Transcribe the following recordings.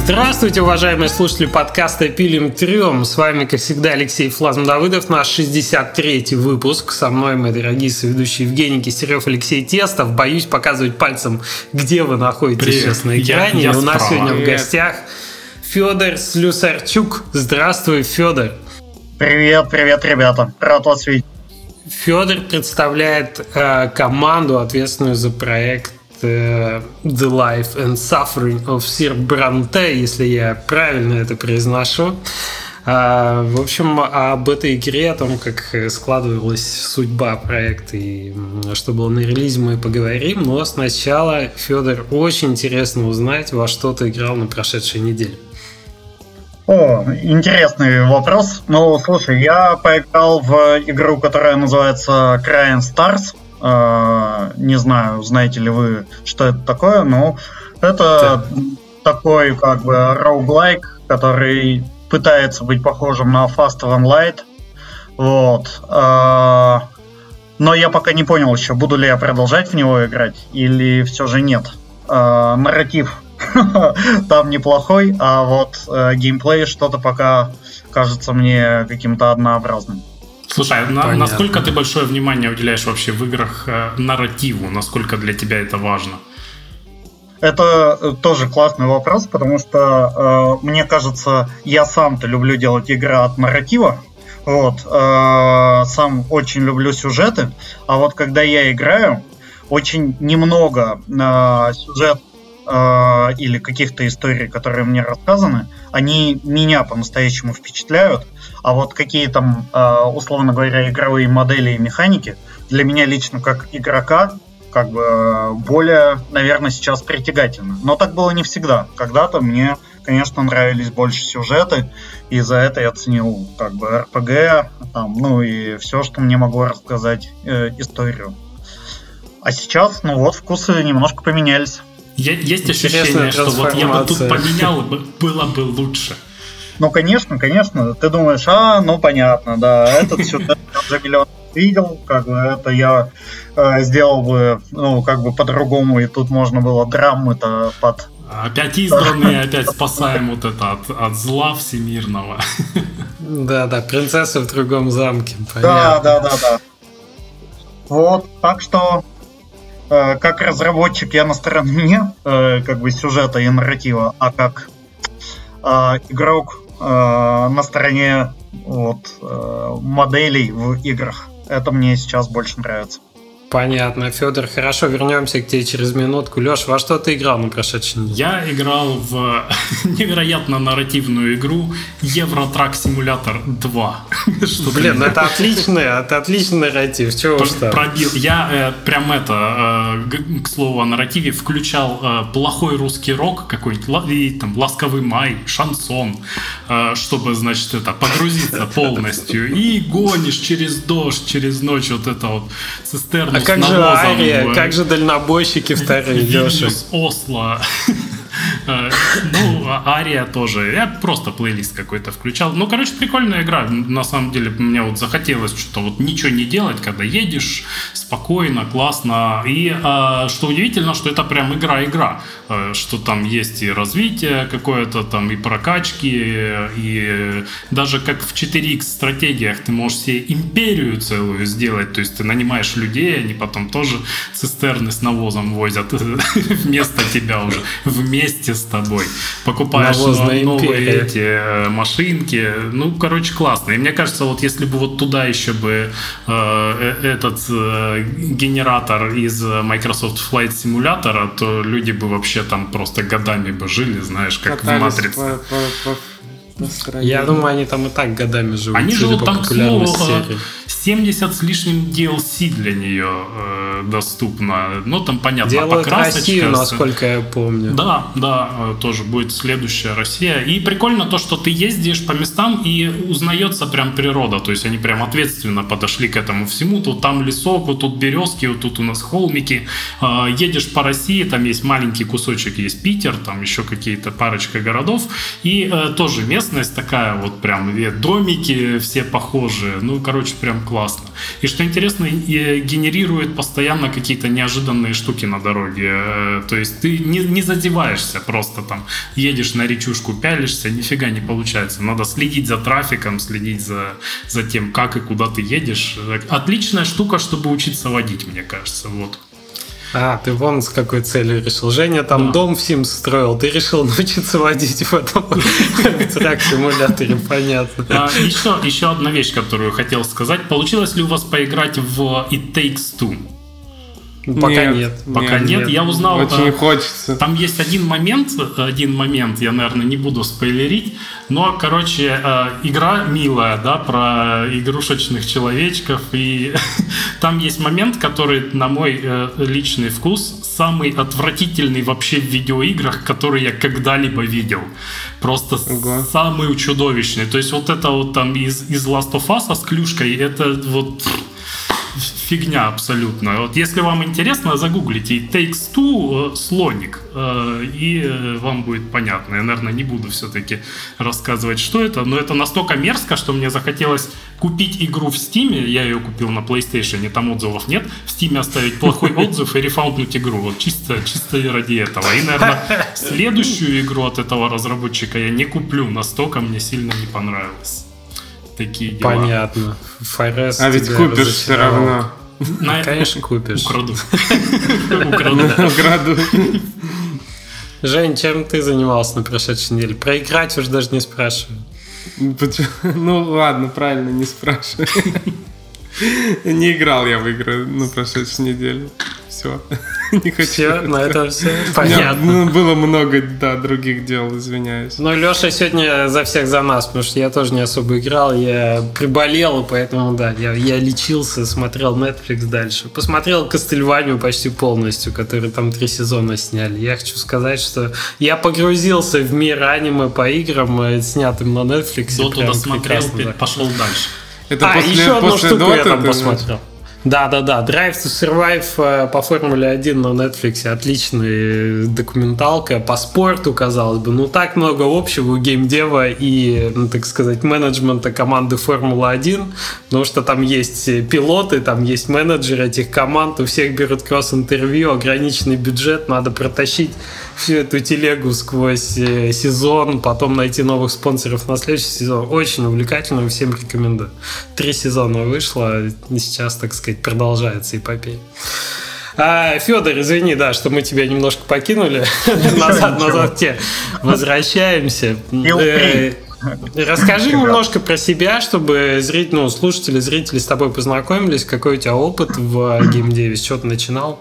Здравствуйте, уважаемые слушатели подкаста «Пилим трем». С вами, как всегда, Алексей Флазм-Давыдов. Наш 63-й выпуск. Со мной мои дорогие соведущие Евгений Кистерев, Алексей Тестов. Боюсь показывать пальцем, где вы находитесь сейчас на экране. Я у нас справа. сегодня в гостях Федор Слюсарчук. Здравствуй, Федор. Привет, ребята. Рад вас видеть. Федор представляет команду, ответственную за проект The Life and Suffering of Sir Bronte, если я правильно это произношу. В общем, об этой игре, о том, как складывалась судьба проекта и что было на релизе, мы поговорим. Но сначала, Федор, очень интересно узнать, во что ты играл на прошедшей неделе. О, интересный вопрос. Ну, слушай, я поиграл в игру, которая называется Crying Stars. Не знаю, знаете ли вы, что это такое, но это такой как бы роуглайк, который пытается быть похожим на Faster Than Light. Вот. Но я пока не понял еще, буду ли я продолжать в него играть или все же нет. Нарратив там неплохой, а вот геймплей что-то пока кажется мне каким-то однообразным. Слушай, насколько ты большое внимание уделяешь вообще в играх нарративу? Насколько для тебя это важно? Это тоже классный вопрос, потому что, мне кажется, я сам-то люблю делать игры от нарратива. Вот, сам очень люблю сюжеты, а вот когда я играю, очень немного сюжет или каких-то историй, которые мне рассказаны, они меня по-настоящему впечатляют. А вот какие там, условно говоря, игровые модели и механики для меня лично как игрока как бы более, наверное, сейчас притягательны. Но так было не всегда. Когда-то мне, конечно, нравились больше сюжеты, и за это я ценил как бы РПГ, там, ну и все, что мне могло рассказать историю. А сейчас, ну вот, вкусы немножко поменялись. Есть ощущение, что вот я бы тут поменял, было бы лучше. Ну, конечно. Ты думаешь, ну, понятно, да, этот сюжет я уже миллион видел, как бы это я сделал бы, ну, как бы по-другому, и тут можно было драмы-то под... Опять избранные, опять спасаем вот это от зла всемирного. Да, принцесса в другом замке, понятно. Да. Вот, так что... Как разработчик я на стороне как бы сюжета и нарратива, а как игрок на стороне вот, моделей в играх. Это мне сейчас больше нравится. Понятно, Федор, хорошо, вернемся к тебе через минутку. Леш, во что ты играл на прошедшей неделе? Я играл в невероятно нарративную игру Евротрак Симулятор 2. Блин, это отличный нарратив, чего уж там. Пробил. Я прям к слову о нарративе, включал плохой русский рок какой-нибудь, и там ласковый май, шансон, чтобы, значит, погрузиться полностью. И гонишь через дождь, через ночь вот это вот цистерну. А как же Ария, как же дальнобойщики вторые, Леша? Осло. Ну, Ария тоже. Я просто плейлист какой-то включал. Ну, короче, прикольная игра. На самом деле, мне вот захотелось что-то вот ничего не делать, когда едешь спокойно, классно. И что удивительно, что это прям игра-игра. Что там есть и развитие какое-то, там и прокачки, и даже как в 4X стратегиях ты можешь себе империю целую сделать. То есть ты нанимаешь людей, они потом тоже цистерны с навозом возят вместо тебя уже, вместе с тобой. Покупаешь новые эти машинки. Ну, короче, классно. И мне кажется, вот если бы вот туда еще бы этот генератор из Microsoft Flight Simulator, то люди бы вообще там просто годами бы жили, знаешь, как в «Матрице». Я думаю, они там и так годами живут. Они живут там, к слову, 70 с лишним DLC для нее доступно. Ну, там, понятно, делают покрасочка. Россию, насколько я помню. Да, тоже будет следующая Россия. И прикольно то, что ты ездишь по местам и узнается прям природа. То есть они прям ответственно подошли к этому всему. Тут там лесок, вот тут березки, вот тут у нас холмики. Едешь по России, там есть маленький кусочек, есть Питер, там еще какие-то парочка городов. И тоже местность такая вот прям, домики все похожие. Ну, короче, прям классно. И что интересно, генерирует постоянно постоянно какие-то неожиданные штуки на дороге. То есть ты не задеваешься просто там. Едешь на речушку, пялишься, нифига не получается. Надо следить за трафиком, следить за тем, как и куда ты едешь. Отличная штука, чтобы учиться водить, мне кажется. Вот. Ты вон с какой целью решил. Женя там дом в Sims строил, ты решил научиться водить в этом трак-симуляторе, понятно. Еще одна вещь, которую хотел сказать. Получилось ли у вас поиграть в It Takes Two? Пока нет. Пока нет. Я узнал... Очень хочется. Там есть один момент, я, наверное, не буду спойлерить, но, короче, игра милая, да, про игрушечных человечков, и там есть момент, который, на мой личный вкус, самый отвратительный вообще в видеоиграх, который я когда-либо видел. Просто самый чудовищный. То есть вот это вот там из Last of Us с клюшкой, это вот... фигня абсолютно. Вот если вам интересно, загуглите It Takes Two слоник, и вам будет понятно. Я, наверное, не буду все-таки рассказывать, что это, но это настолько мерзко, что мне захотелось купить игру в Steam. Я ее купил на PlayStation, там отзывов нет. В Steam оставить плохой отзыв и рефаунднуть игру. Вот чисто ради этого. И, наверное, следующую игру от этого разработчика я не куплю. Настолько мне сильно не понравилось. Такие дела. Понятно. А ведь купишь все равно. Конечно, купишь. Украду. Жень, чем ты занимался на прошедшей неделе? Про играть уж даже не спрашиваю. Ну ладно, правильно, не спрашивай. Не играл я в игры на прошедшей неделе. Все. Не хочу. Все, на этом все. Понятно. Было много, других дел, извиняюсь. Ну, Леша сегодня за всех за нас, потому что я тоже не особо играл, я приболел, поэтому, я лечился, смотрел Netflix дальше. Посмотрел Castlevania почти полностью, который там 3 сезона сняли. Я хочу сказать, что я погрузился в мир аниме по играм, снятым на Netflix. Доту досмотрел, пошел дальше. Это еще одну штуку Доты, я там посмотрел. Да. Drive to Survive по Формуле 1 на Netflix. Отличная документалка. По спорту, казалось бы. Ну, так много общего у геймдева и, так сказать, менеджмента команды Формула-1. Потому что там есть пилоты, там есть менеджеры этих команд. У всех берут кросс-интервью, ограниченный бюджет. Надо протащить всю эту телегу сквозь сезон, потом найти новых спонсоров на следующий сезон. Очень увлекательно, всем рекомендую. 3 сезона вышло, сейчас, так сказать, продолжается эпопея. Федор, извини, что мы тебя немножко покинули. Назад к тебе возвращаемся. Расскажи немножко про себя, чтобы слушатели, зрители с тобой познакомились. Какой у тебя опыт в геймдеве? С чего ты начинал?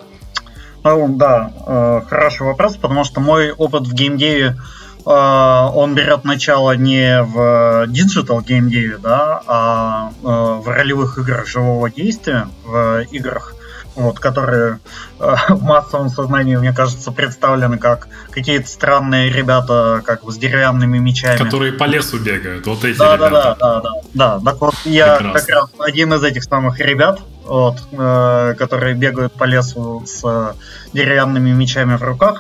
Хороший вопрос, потому что мой опыт в геймдеве, он берет начало не в диджитал геймдеве, а в ролевых играх живого действия, в играх, которые в массовом сознании, мне кажется, представлены как какие-то странные ребята, с деревянными мечами. Которые по лесу бегают, вот эти ребята. Да. Так вот, я как раз один из этих самых ребят, которые бегают по лесу с деревянными мечами в руках.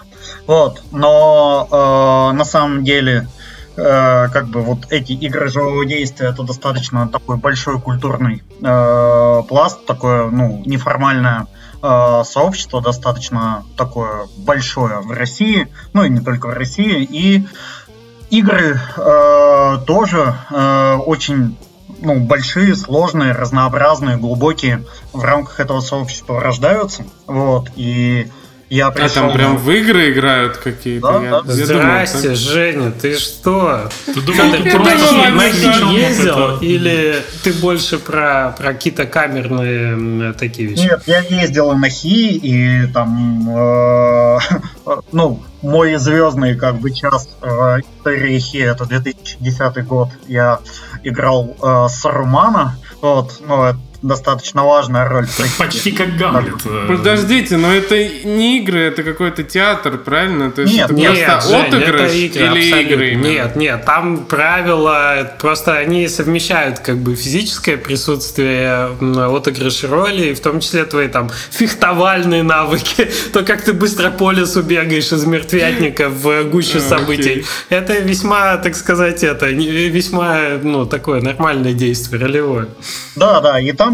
Но на самом деле эти игры живого действия — это достаточно такой большой культурный пласт, такое неформальное сообщество, достаточно такое большое в России, и не только в России. И игры тоже очень большие, сложные, разнообразные, глубокие в рамках этого сообщества рождаются. И я пришел... там прям в игры играют какие-то? Да. Здрасте, Женя, ты что? Ты думал, ты просто на Хи ездил? Или ты больше про какие-то камерные такие вещи? Нет, я ездил на Хи, и там... мой звездный час в истории Хи — это 2010 год. Я играл Сарумана. Это достаточно важная роль. Почти как Гамлет. Подождите, но это не игры, это какой-то театр, правильно? То есть нет, просто отыгрыш или игры? Нет, там правила, просто они совмещают физическое присутствие, отыгрыш роли, в том числе твои там фехтовальные навыки, то, как ты быстро по лесу бегаешь из мертвятника в гущу событий. Это весьма, так сказать, весьма такое нормальное действие, ролевое. Да, и там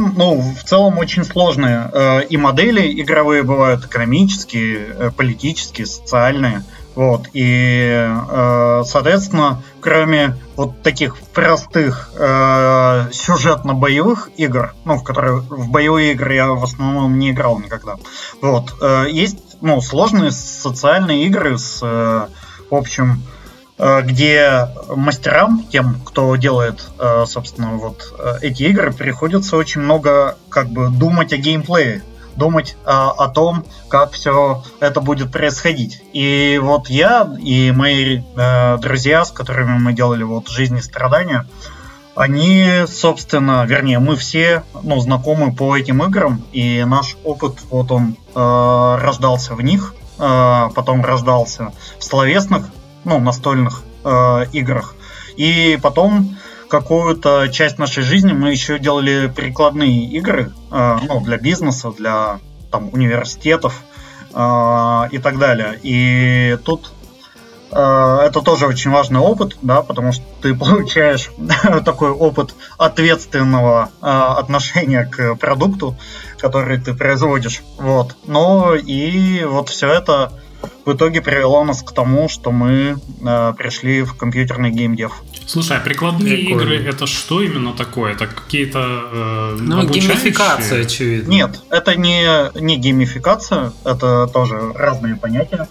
там, в целом очень сложные и модели игровые бывают, экономические, политические, социальные. Вот, и, соответственно, кроме вот таких простых сюжетно-боевых игр, в которые в боевые игры я в основном не играл никогда, вот, есть, сложные социальные игры в общем, где мастерам, тем, кто делает, собственно, вот эти игры, приходится очень много, думать о геймплее, думать о том, как все это будет происходить. И вот я и мои друзья, с которыми мы делали вот «Жизнь и страдания», они, собственно, мы все, знакомы по этим играм, и наш опыт, вот он рождался в них, потом рождался в словесных, настольных играх, и потом какую-то часть нашей жизни мы еще делали прикладные игры, для бизнеса, для университетов и так далее. И тут это тоже очень важный опыт, да, потому что ты получаешь такой опыт ответственного отношения к продукту, который ты производишь. Вот. Но и вот все это в итоге привело нас к тому, что мы пришли в компьютерный геймдев. Слушай, а прикладные игры это что именно такое? Это какие-то обучающие? Геймификация, очевидно. Нет, это не геймификация, это тоже разные понятия.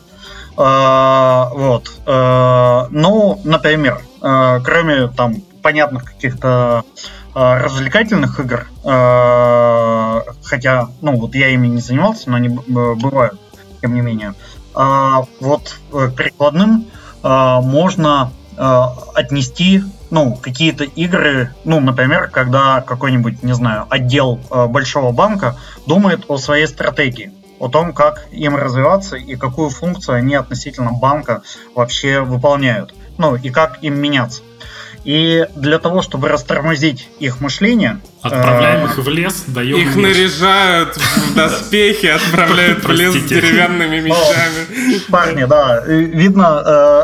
Например, кроме понятных каких-то развлекательных игр, хотя, я ими не занимался, но они бывают, тем не менее. Вот к прикладным можно отнести, какие-то игры, например, когда какой-нибудь, не знаю, отдел большого банка думает о своей стратегии, о том, как им развиваться и какую функцию они относительно банка вообще выполняют, и как им меняться. И для того, чтобы растормозить их мышление... Отправляем их в лес, даем их меч. Наряжают в доспехи, отправляют в лес с деревянными мечами. Парни, да, видно,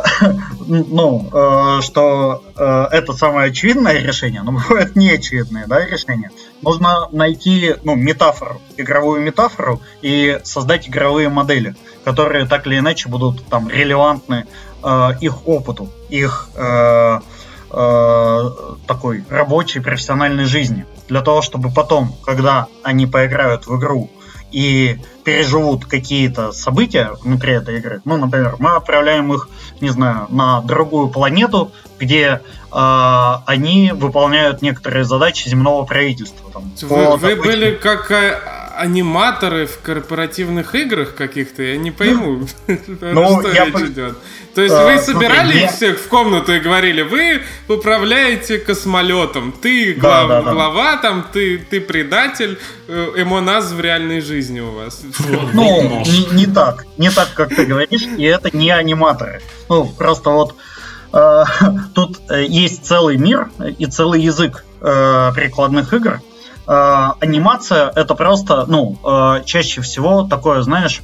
что это самое очевидное решение, но бывают неочевидные, решения. Нужно найти, метафору, игровую метафору и создать игровые модели, которые так или иначе будут релевантны их опыту, их... такой рабочей, профессиональной жизни. Для того, чтобы потом, когда они поиграют в игру и переживут какие-то события внутри этой игры, например, мы отправляем их, не знаю, на другую планету, где они выполняют некоторые задачи земного правительства. Вы были как аниматоры в корпоративных играх каких-то, я не пойму, что речь идет. То есть вы собирали их всех в комнату и говорили, вы управляете космолетом, ты глава, ты предатель, ЭМОНАЗ в реальной жизни у вас. Не так, как ты говоришь, и это не аниматоры. Просто вот тут есть целый мир и целый язык прикладных игр. Анимация это просто, чаще всего такое, знаешь,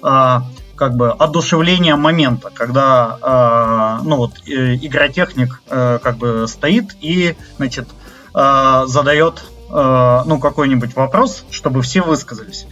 одушевление момента, когда, игротехник стоит и, задает, какой-нибудь вопрос, чтобы все высказались.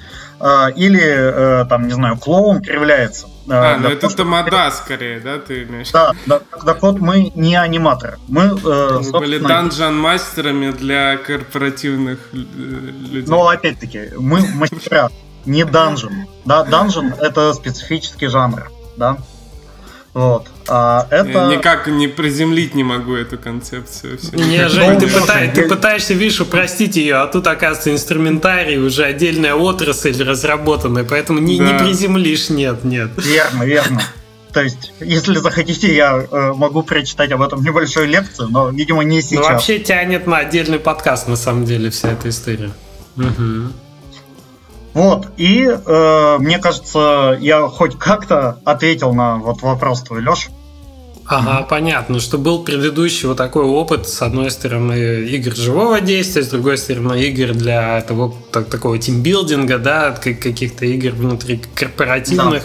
Или, не знаю, клоун кривляется. Это тамада скорее, да, ты имеешь? Да, так вот мы не аниматоры. Мы были данжен-мастерами для корпоративных людей. Но опять-таки, мы мастера, не данжен. Да, данжен это специфический жанр, да. Вот. Это... Я никак не приземлить не могу эту концепцию. Не, Жень, ты пытаешься, видишь, упростить ее, а тут, оказывается, инструментарий уже отдельная отрасль разработанная, поэтому не приземлишь, нет. Верно. То есть, если захотите, я могу прочитать об этом небольшую лекцию, но, видимо, не сейчас. Вообще тянет на отдельный подкаст, на самом деле, вся эта история. Угу. Вот, и мне кажется, я хоть как-то ответил на вопрос твой, Лёш. Ага, понятно, что был предыдущий вот такой опыт, с одной стороны, игр живого действия, с другой стороны, игр для такого тимбилдинга, да, каких-то игр внутри корпоративных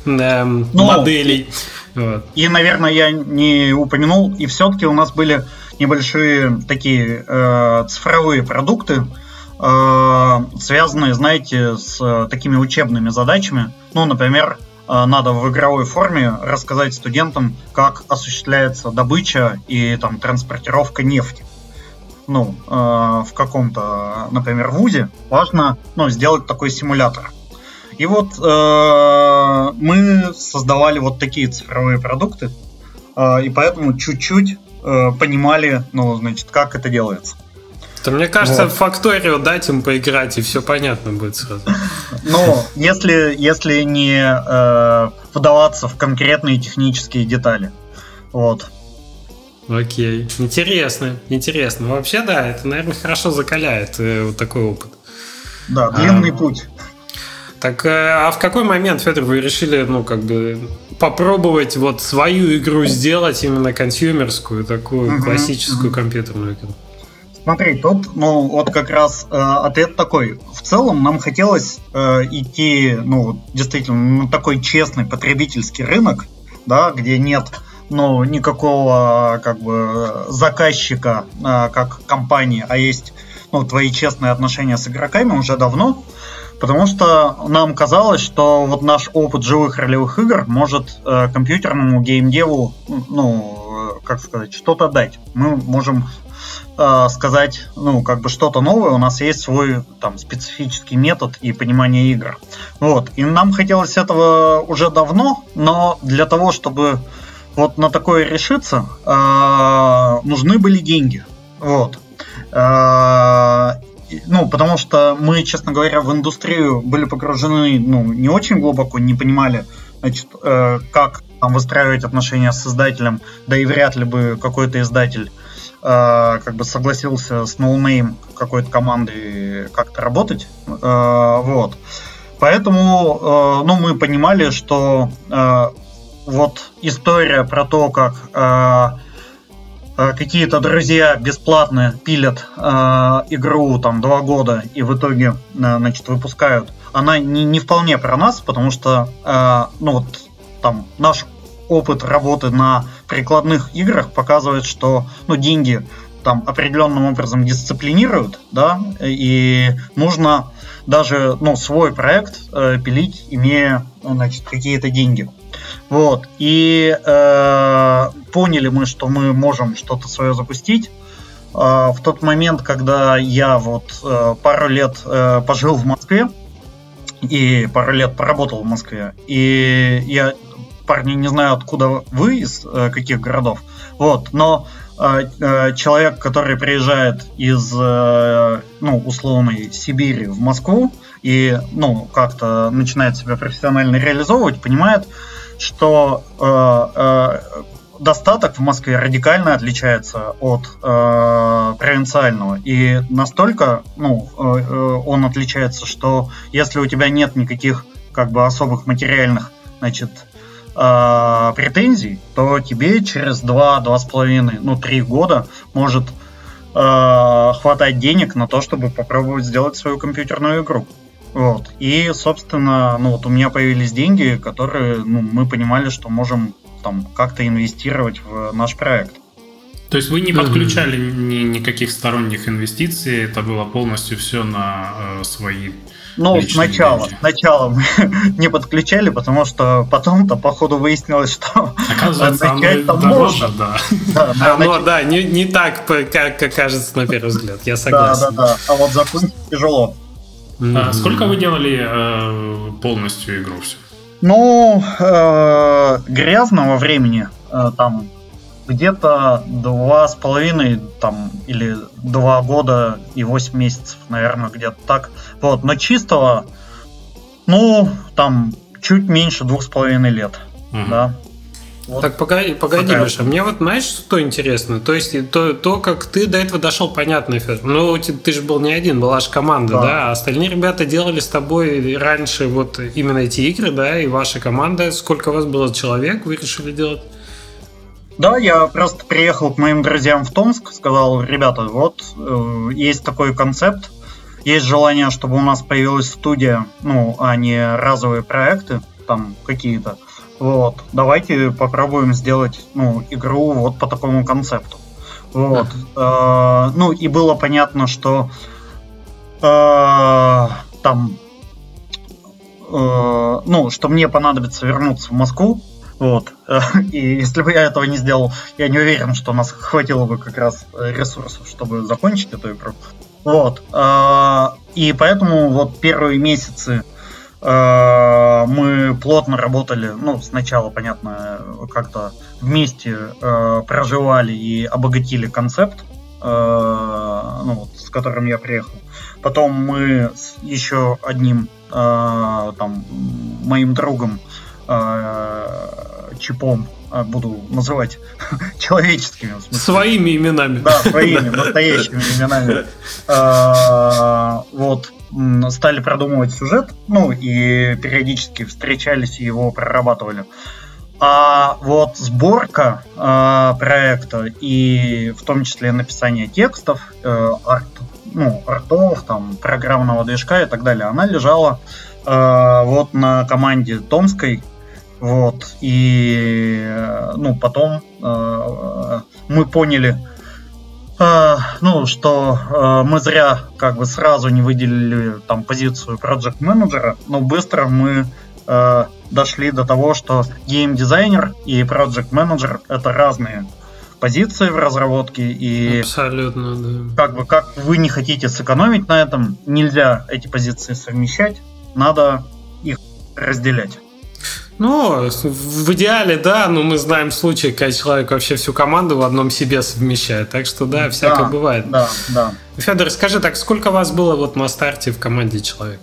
моделей. Вот. И, наверное, я не упомянул, и все-таки у нас были небольшие такие цифровые продукты, связанные, знаете, с такими учебными задачами. Ну, например, надо в игровой форме рассказать студентам, как осуществляется добыча и там транспортировка нефти. Ну, в каком-то, например, вузе важно, ну, сделать такой симулятор. И вот мы создавали вот такие цифровые продукты, и поэтому чуть-чуть понимали, ну, значит, как это делается. То, мне кажется, вот. В Факторио дать им поиграть, и все понятно будет сразу. Ну, если не вдаваться в конкретные технические детали. Вот. Окей. Интересно. Вообще, да, это, наверное, хорошо закаляет вот такой опыт. Да, длинный путь. Так, а в какой момент, Федор, вы решили, ну, как бы попробовать вот свою игру сделать, именно консюмерскую, такую классическую компьютерную игру? Смотри, тут, ну, вот как раз ответ такой. В целом нам хотелось идти, ну, действительно, на такой честный потребительский рынок, да, где нет, ну, никакого, как бы, заказчика, как компании, а есть, ну, твои честные отношения с игроками уже давно, потому что нам казалось, что вот наш опыт живых ролевых игр может компьютерному геймдеву, ну, как сказать, что-то дать. Мы можем сказать, ну, как бы что-то новое, у нас есть свой там специфический метод и понимание игр. Вот. И нам хотелось этого уже давно, но для того, чтобы вот на такое решиться, нужны были деньги. Вот. Ну, потому что мы, честно говоря, в индустрию были погружены, ну, не очень глубоко, не понимали, значит, как там выстраивать отношения с издателем, да и вряд ли бы какой-то издатель как бы согласился с ноунейм какой-то командой как-то работать. Вот. Поэтому, ну, мы понимали, что вот история про то, как какие-то друзья бесплатно пилят игру там 2 года и в итоге, значит, выпускают, она не вполне про нас, потому что, ну, вот там наш опыт работы на прикладных играх показывает, что, ну, деньги там определенным образом дисциплинируют, да, и нужно даже, ну, свой проект пилить, имея, значит, какие-то деньги. Вот. И поняли мы, что мы можем что-то свое запустить. В тот момент, когда я вот пару лет пожил в Москве и пару лет поработал в Москве, и я, парни, не знаю, откуда вы, из каких городов, вот, но человек, который приезжает из, ну, условной Сибири в Москву и, ну, как-то начинает себя профессионально реализовывать, понимает, что достаток в Москве радикально отличается от провинциального. И настолько, ну, он отличается, что если у тебя нет никаких, как бы, особых материальных, значит, претензий, то тебе через 2-2,5, ну, 3 года может хватать денег на то, чтобы попробовать сделать свою компьютерную игру. Вот. И, собственно, ну, вот у меня появились деньги, которые, ну, мы понимали, что можем там как-то инвестировать в наш проект. То есть вы не подключали никаких сторонних инвестиций, это было полностью все на свои. Ну, сначала мы не подключали, потому что потом-то, походу, выяснилось, что оказывается, оно дороже, да. Да, не так, как кажется на первый взгляд, я согласен. Да. А вот закончить тяжело. Сколько вы делали полностью игру всю? Ну, грязного времени там где-то 2,5 там, или 2 года и 8 месяцев, наверное, где-то так. Вот, но чистого, ну, там, чуть меньше 2,5 лет, да. Вот. Так, погоди, Миша, мне вот, знаешь, что интересно? То есть, то, как ты до этого дошел, понятно, Федор. Ну, ты же был не один, была же команда, да? А остальные ребята делали с тобой раньше вот именно эти игры, да, и ваша команда. Сколько у вас было человек, вы решили делать? Да, я просто приехал к моим друзьям в Томск, сказал: ребята, вот есть такой концепт, есть желание, чтобы у нас появилась студия, ну, а не разовые проекты, там, какие-то. Вот, давайте попробуем сделать, ну, игру вот по такому концепту. Вот. Ну, и было понятно, что там, что мне понадобится вернуться в Москву. Вот. И если бы я этого не сделал, я не уверен, что у нас хватило бы как раз ресурсов, чтобы закончить эту игру. Вот. И поэтому вот первые месяцы мы плотно работали, сначала, понятно, как-то вместе проживали и обогатили концепт, с которым я приехал. Потом мы с еще одним моим другом Чипом, буду называть человеческими. В смысле. Своими именами. Да, своими, настоящими именами. Стали продумывать сюжет, и периодически встречались и его прорабатывали. А вот сборка проекта и в том числе написание текстов, артов, программного движка и так далее, она лежала на команде томской. Вот. И потом мы поняли, что мы зря сразу не выделили позицию проект менеджера, но быстро мы дошли до того, что гейм-дизайнер и проект менеджер это разные позиции в разработке, и абсолютно, да. Как вы не хотите сэкономить на этом, нельзя эти позиции совмещать, надо их разделять. В идеале, да, но мы знаем случаи, когда человек вообще всю команду в одном себе совмещает. Так что, да, всякое бывает. Да. Федор, скажи, так сколько вас было на старте в команде человек?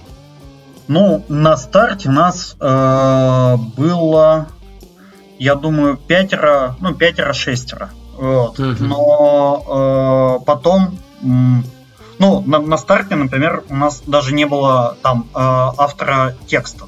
На старте нас было, я думаю, 5-6. Вот. Но потом... на старте, например, у нас даже не было автора текста.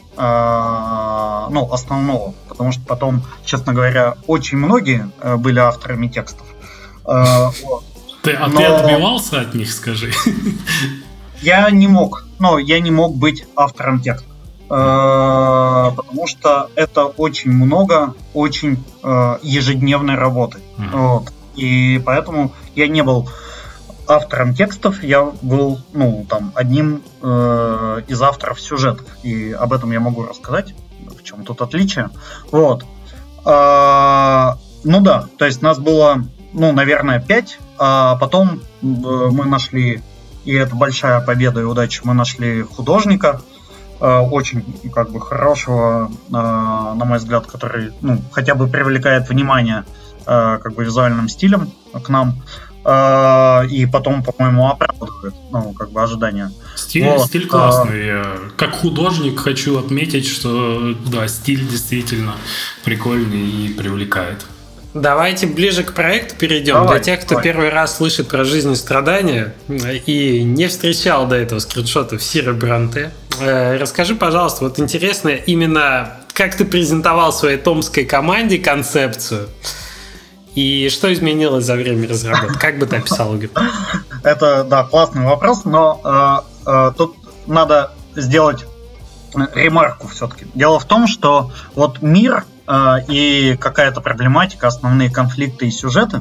Основного, потому что потом, честно говоря, очень многие были авторами текстов. Ты отбивался от них, скажи? Я не мог быть автором текста, потому что это очень много, очень ежедневной работы. Вот. И поэтому я не был автором текстов, я был одним из авторов сюжетов, и об этом я могу рассказать, в чем тут отличие. Вот. То есть нас было, наверное, 5, а потом мы нашли, и это большая победа и удача, мы нашли художника, очень хорошего, на мой взгляд, который хотя бы привлекает внимание визуальным стилем к нам. И потом, по-моему, оправдывает, ожидания. Стиль классный. Как художник хочу отметить, что стиль действительно прикольный и привлекает. Давайте ближе к проекту перейдем. Для тех, кто первый раз слышит про жизнь и страдания и не встречал до этого скриншотов Сиры Бранте, расскажи, пожалуйста, интересно именно, как ты презентовал своей томской команде концепцию. И что изменилось за время разработки? Как бы ты описал игру? Это, классный вопрос, но тут надо сделать ремарку все-таки. Дело в том, что мир и какая-то проблематика, основные конфликты и сюжеты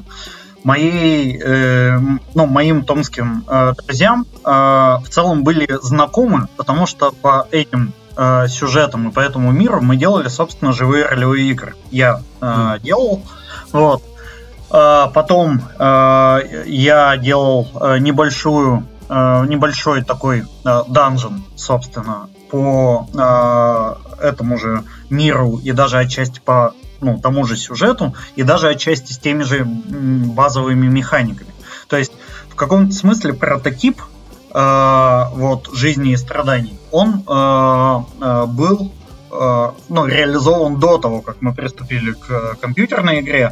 моим томским друзьям в целом были знакомы, потому что по этим сюжетам и по этому миру мы делали, собственно, живые ролевые игры. Я делал, вот. Потом я делал небольшой такой данжен, собственно, по этому же миру и даже отчасти по тому же сюжету, и даже отчасти с теми же базовыми механиками. То есть в каком-то смысле прототип жизни и страданий, он был реализован до того, как мы приступили к компьютерной игре.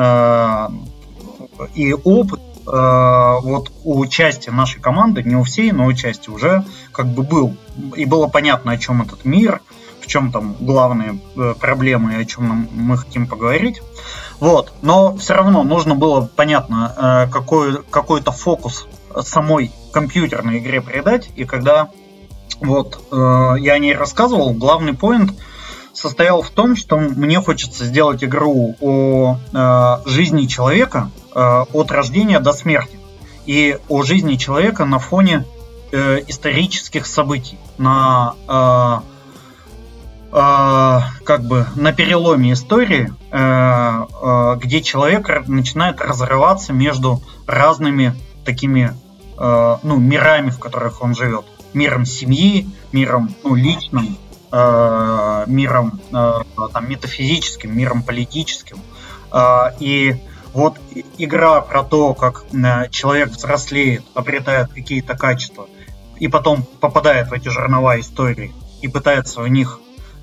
И опыт у части нашей команды, не у всей, но у части уже был. И было понятно, о чем этот мир, в чем там главные проблемы и о чем мы хотим поговорить. Вот. Но все равно нужно было, понятно, какой-то фокус самой компьютерной игре придать. И когда я о ней рассказывал, главный поинт состоял в том, что мне хочется сделать игру о жизни человека от рождения до смерти. И о жизни человека на фоне исторических событий, на как бы на переломе истории, где человек начинает разрываться между разными такими мирами, в которых он живет. Миром семьи, миром личным, миром там, метафизическим, миром политическим. И вот игра про то, как человек взрослеет, обретает какие-то качества, и потом попадает в эти жернова истории и пытается в них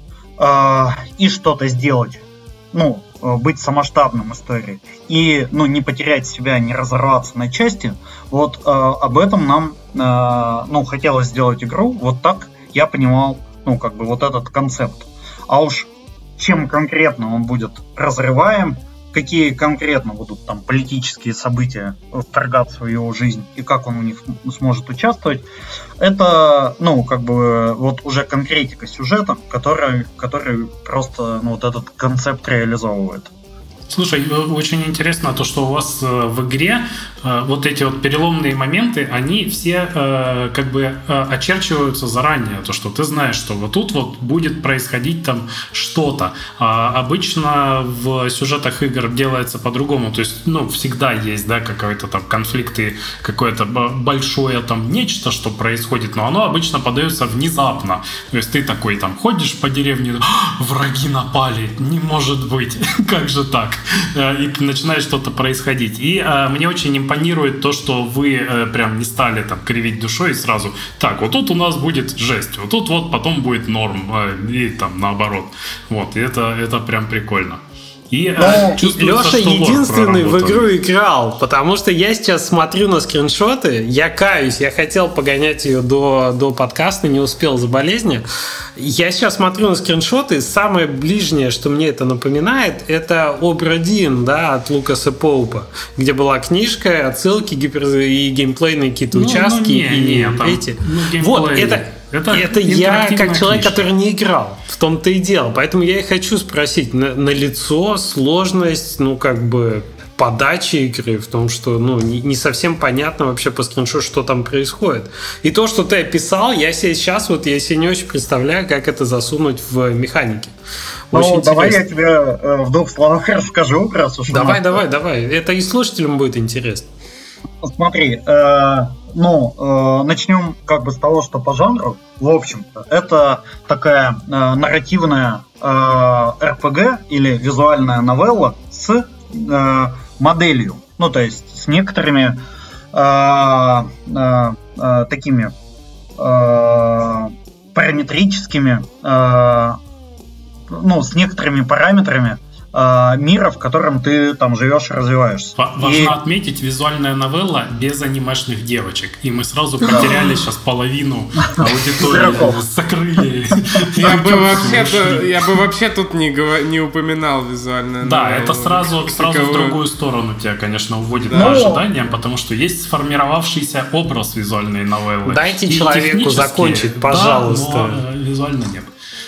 и что-то сделать, быть самоштабным историей, и не потерять себя, не разорваться на части. Вот об этом нам хотелось сделать игру. Вот так я понимал, вот этот концепт. А уж чем конкретно он будет разрываем, какие конкретно будут там политические события вторгаться в его жизнь и как он в них сможет участвовать, это, вот уже конкретика сюжета, который просто вот этот концепт реализовывает. Слушай, очень интересно то, что у вас в игре вот эти вот переломные моменты, они все очерчиваются заранее. То, что ты знаешь, что вот тут вот будет происходить там что-то. Обычно в сюжетах игр делается по-другому. То есть, всегда есть, да, какой-то там конфликт и какое-то большое там нечто, что происходит, но оно обычно подается внезапно. То есть ты такой там ходишь по деревне, враги напали, не может быть, как же так? И начинает что-то происходить. И мне очень импонирует то, что вы прям не стали там кривить душой и сразу так, вот тут у нас будет жесть, вот тут вот потом будет норм, и там наоборот. Вот, и это прям прикольно. И Леша единственный в игру играл, потому что я сейчас смотрю на скриншоты, я каюсь, я хотел погонять ее до подкаста, не успел за болезни. Я сейчас смотрю на скриншоты, самое ближнее, что мне это напоминает, это Обрадин, да, от Лукаса Поупа, где была книжка, отсылки, и геймплейные какие-то участки, эти. Вот, это я, как человек, книжка, который не играл, в том-то и дело. Поэтому я и хочу спросить, на лицо сложность, подачи игры, в том, что не совсем понятно вообще по скриншоту, что там происходит. И то, что ты описал, я себе не очень представляю, как это засунуть в механики. Давай я тебе в двух словах расскажу. Давай. Это и слушателям будет интересно. Смотри, начнем с того, что по жанру, в общем-то, это такая нарративная RPG или визуальная новелла с моделью, то есть с некоторыми такими параметрическими, с некоторыми параметрами мира, в котором ты там живешь и развиваешься. Важно отметить, визуальная новелла без анимешных девочек. И мы сразу потеряли сейчас половину аудитории. Закрыли. Я бы вообще тут не упоминал визуальную новеллу. Да, это сразу в другую сторону тебя, конечно, уводит по ожиданиям, потому что есть сформировавшийся образ визуальной новеллы. Дайте человеку закончить, пожалуйста. Да, но визуально нет.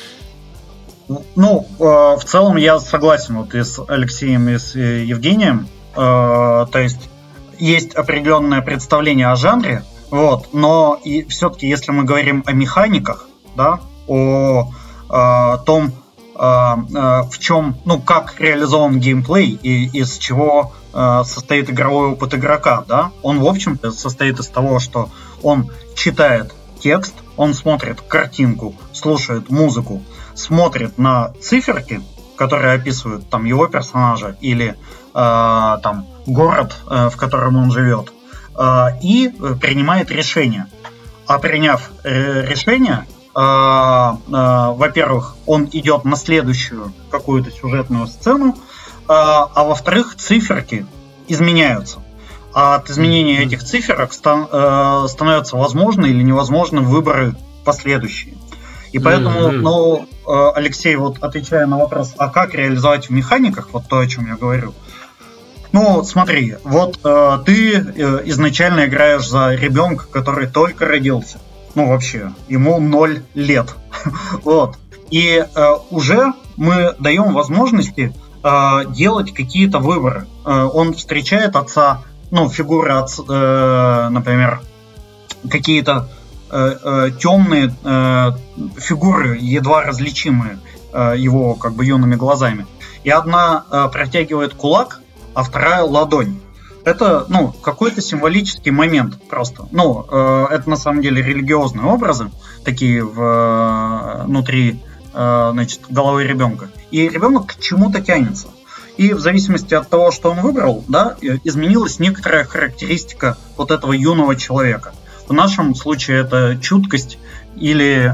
В целом я согласен и с Алексеем, и с Евгением. То есть определенное представление о жанре, но и все-таки, если мы говорим о механиках, да, о том, в чем, как реализован геймплей и из чего состоит игровой опыт игрока, да, он, в общем-то, состоит из того, что он читает текст, он смотрит картинку, слушает музыку, смотрит на циферки, которые описывают там его персонажа или там город, в котором он живет, и принимает решение. А приняв решение, во-первых, он идет на следующую какую-то сюжетную сцену, а во-вторых, циферки изменяются. А от изменения этих циферок становятся возможны или невозможны выборы последующие. И поэтому, Алексей, отвечая на вопрос, а как реализовать в механиках, то, о чем я говорю. Смотри, ты изначально играешь за ребенка, который только родился. Вообще, ему 0 лет. И уже мы даем возможности делать какие-то выборы. Он встречает отца, фигуры отца, например, какие-то темные фигуры, едва различимые его как бы юными глазами. И одна протягивает кулак, а вторая ладонь. Это, какой-то символический момент просто. Это на самом деле религиозные образы, такие внутри, головы ребенка. И ребенок к чему-то тянется. И в зависимости от того, что он выбрал, изменилась некоторая характеристика вот этого юного человека. В нашем случае это чуткость или,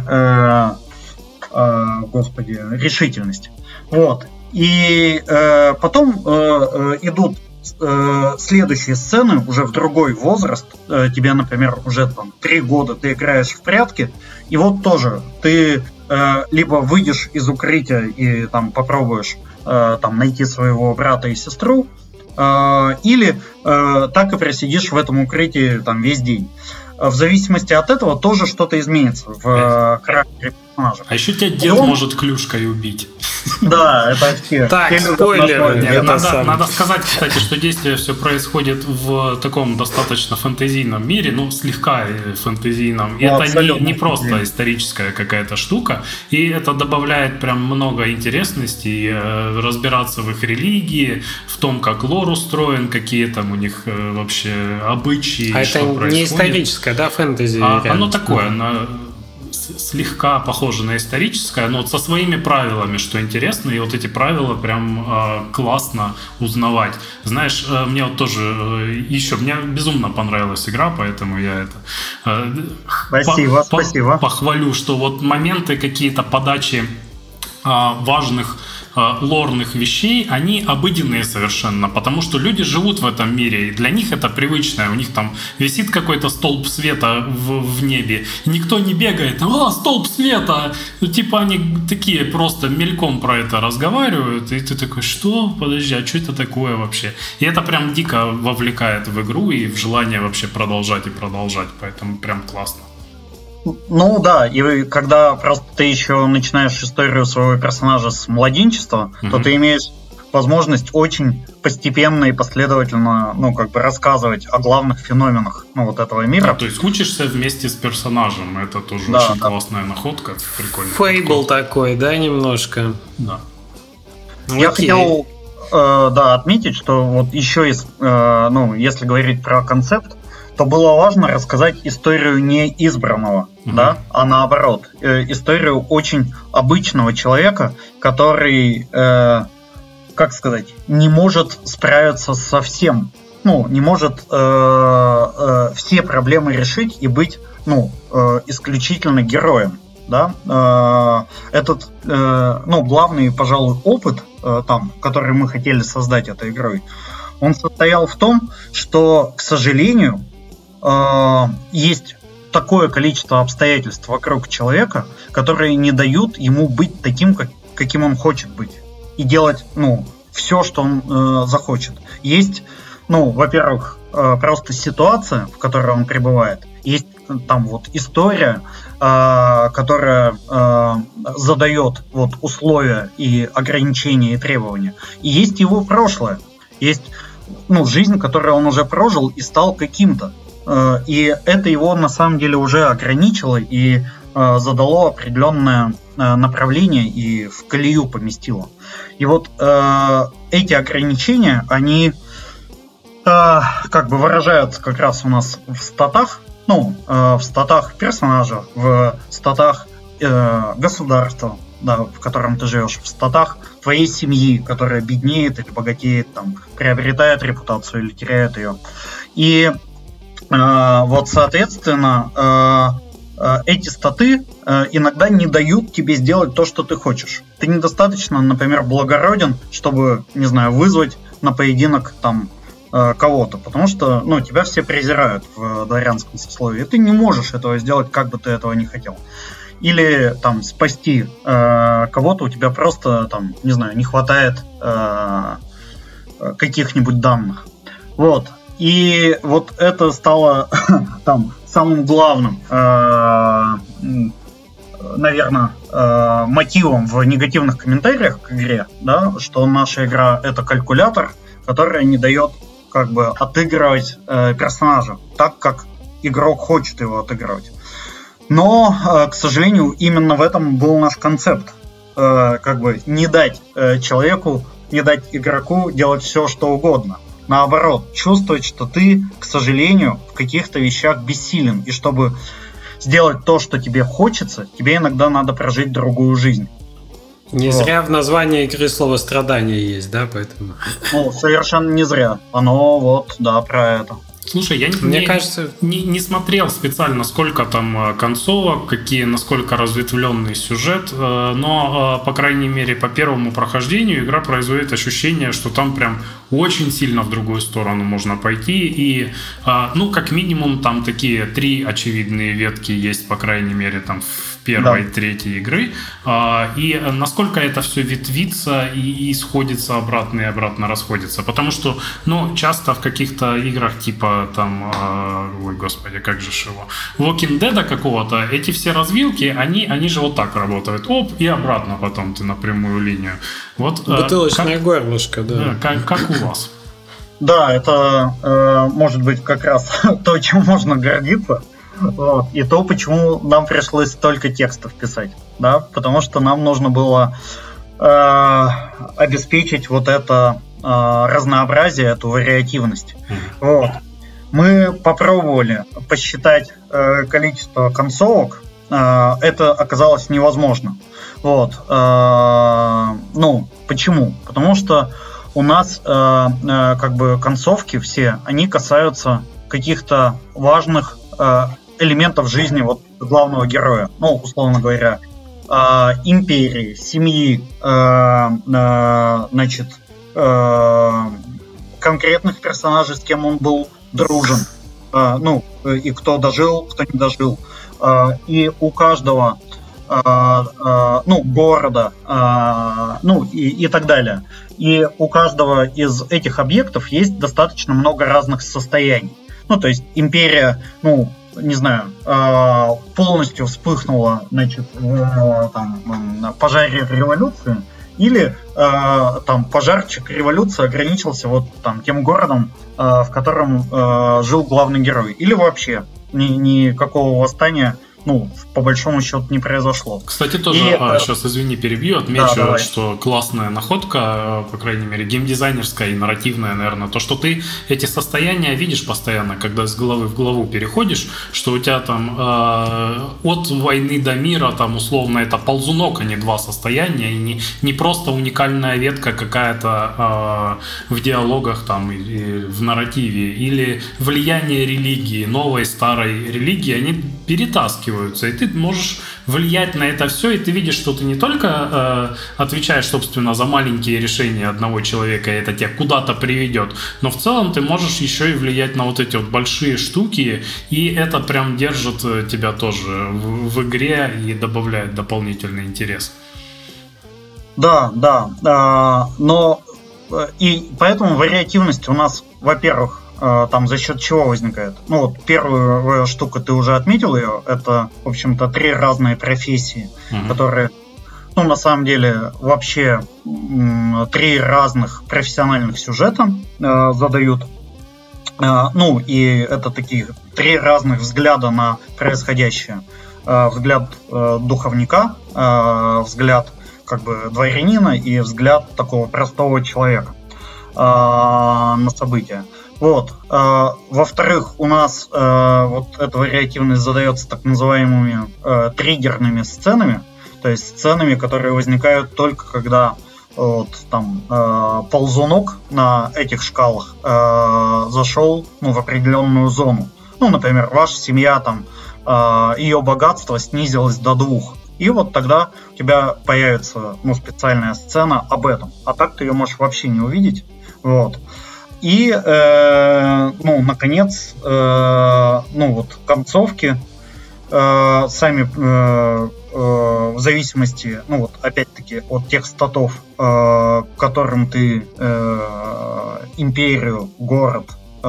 решительность. Вот. И потом идут следующие сцены уже в другой возраст. Тебе, например, уже 3 года ты играешь в прятки, и вот тоже ты либо выйдешь из укрытия и попробуешь найти своего брата и сестру, или так и просидишь в этом укрытии весь день. В зависимости от этого тоже что-то изменится в характере персонажа. А еще тебя дед может клюшкой убить. Да, это все. Так, спойлеры. Надо сказать, кстати, что действие все происходит в таком достаточно фэнтезийном мире, слегка фэнтезийном. И это не просто историческая какая-то штука, и это добавляет прям много интересностей, разбираться в их религии, в том, как лор устроен, какие там у них вообще обычаи. А это происходит. Не историческое, фэнтези? Оно такое, оно слегка похоже на историческое, но со своими правилами, что интересно, и вот эти правила прям классно узнавать. Знаешь, мне вот тоже мне безумно понравилась игра, поэтому я Спасибо. Похвалю, что вот моменты какие-то подачи важных лорных вещей, они обыденные совершенно, потому что люди живут в этом мире, и для них это привычное, у них там висит какой-то столб света в небе, и никто не бегает, столб света, они такие просто мельком про это разговаривают, и ты такой, что? Подожди, а что это такое вообще? И это прям дико вовлекает в игру и в желание вообще продолжать, поэтому прям классно. И когда просто ты еще начинаешь историю своего персонажа с младенчества, то ты имеешь возможность очень постепенно и последовательно, рассказывать о главных феноменах этого мира. То есть учишься вместе с персонажем, это тоже очень классная находка, прикольно. Фейбл такой, немножко. Да. Я хотел отметить, что вот еще если говорить про концепт, то было важно рассказать историю не избранного, а наоборот, историю очень обычного человека, который, не может справиться со всем, не может все проблемы решить и быть, исключительно героем, Этот, главный, пожалуй, опыт, который мы хотели создать этой игрой, он состоял в том, что, к сожалению, есть такое количество обстоятельств вокруг человека, которые не дают ему быть таким, каким он хочет быть, и делать, все, что он захочет. Есть, во-первых, просто ситуация, в которой он пребывает. Есть история, которая задает условия и ограничения и требования. И есть его прошлое. Есть жизнь, которую он уже прожил и стал каким-то. И это его на самом деле уже ограничило и задало определенное направление и в колею поместило. И вот эти ограничения, они выражаются как раз у нас в статах, в статах персонажа, в статах государства, в котором ты живешь, в статах твоей семьи, которая беднеет или богатеет, приобретает репутацию или теряет ее. И соответственно, эти статы иногда не дают тебе сделать то, что ты хочешь. Ты недостаточно, например, благороден, чтобы, вызвать на поединок кого-то, потому что, тебя все презирают в дворянском сословии, и ты не можешь этого сделать, как бы ты этого не хотел. Или спасти кого-то, у тебя просто, не хватает каких-нибудь данных. И вот это стало самым главным, наверное, мотивом в негативных комментариях к игре, что наша игра — это калькулятор, который не дает отыгрывать персонажа так, как игрок хочет его отыгрывать. Но, к сожалению, именно в этом был наш концепт. Как бы не дать человеку, не дать игроку делать все, что угодно. Наоборот, чувствовать, что ты, к сожалению, в каких-то вещах бессилен. И чтобы сделать то, что тебе хочется, тебе иногда надо прожить другую жизнь. Не зря в названии игры слово «страдание» есть, да, поэтому... Ну, совершенно не зря. Оно вот, да, про это. Слушай, я не смотрел специально, сколько там концовок, насколько разветвленный сюжет, но, по крайней мере, по первому прохождению игра производит ощущение, что там прям очень сильно в другую сторону можно пойти. И, ну, как минимум, там такие 3 очевидные ветки есть, по крайней мере, там в первой, третьей игры. И насколько это все ветвится и сходится обратно и обратно расходится. Потому что, ну, часто в каких-то играх типа там, ой, господи, как же его, Walking Dead какого-то, эти все развилки, они же вот так работают. Оп, и обратно потом ты на прямую линию. Вот, бутылочное горлышко, да. Как у вас? Да, это может быть как раз то, чем можно гордиться. Вот. И то, почему нам пришлось столько текстов писать. Да? Потому что нам нужно было обеспечить вот это разнообразие, эту вариативность. Вот. Мы попробовали посчитать количество концовок. Это оказалось невозможно. Вот. Ну, почему? Потому что у нас как бы концовки все, они касаются каких-то важных элементов жизни вот главного героя. Ну, условно говоря, империи, семьи, значит, конкретных персонажей, с кем он был дружен. Ну, и кто дожил, кто не дожил. И у каждого ну, города, ну и так далее. И у каждого из этих объектов есть достаточно много разных состояний. Ну, то есть империя, ну, не знаю, полностью вспыхнула, значит, на пожаре революции, или там пожарчик революции ограничился вот там тем городом, в котором жил главный герой, или вообще никакого восстания, ну, по большому счету, не произошло. Кстати, тоже, сейчас, извини, перебью, отмечу, что классная находка, по крайней мере, геймдизайнерская и нарративная, наверное, то, что ты эти состояния видишь постоянно, когда с головы в голову переходишь, что у тебя там от войны до мира, там, условно, это ползунок, а не 2 состояния, и не просто уникальная ветка какая-то в диалогах, там, и в нарративе, или влияние религии, новой, старой религии, они перетаскиваются, и ты можешь влиять на это все, и ты видишь, что ты не только отвечаешь, собственно, за маленькие решения одного человека, и это тебя куда-то приведет, но в целом ты можешь еще и влиять на вот эти вот большие штуки, и это прям держит тебя тоже в игре и добавляет дополнительный интерес. Да, но и поэтому вариативность у нас, во-первых, там за счет чего возникает? Ну вот первую штуку ты уже отметил ее, это, в общем-то, 3 разные профессии, которые, ну, на самом деле, вообще 3 разных профессиональных сюжета задают. Ну, и это такие 3 разных взгляда на происходящее. Взгляд духовника, взгляд как бы дворянина и взгляд такого простого человека на события. Вот. Во-вторых, у нас вот эта вариативность задается так называемыми триггерными сценами, то есть сценами, которые возникают только когда вот, там, ползунок на этих шкалах зашел, ну, в определенную зону. Ну, например, ваша семья, там, ее богатство снизилось до 2. И вот тогда у тебя появится, ну, специальная сцена об этом. А так ты ее можешь вообще не увидеть. Вот. И, ну, наконец, ну, вот концовки сами в зависимости, ну, вот опять-таки от тех статов, к которым ты империю, город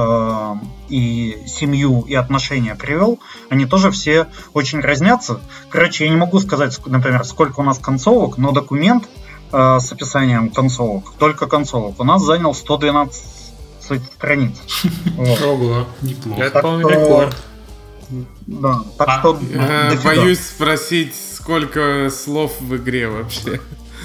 и семью и отношения привел, они тоже все очень разнятся. Короче, я не могу сказать, например, сколько у нас концовок, но документ с описанием концовок, только концовок, у нас занял 112 страниц. Ого, неплохо. Это, по-моему, рекорд. Да, так что... Боюсь спросить, сколько слов в игре вообще.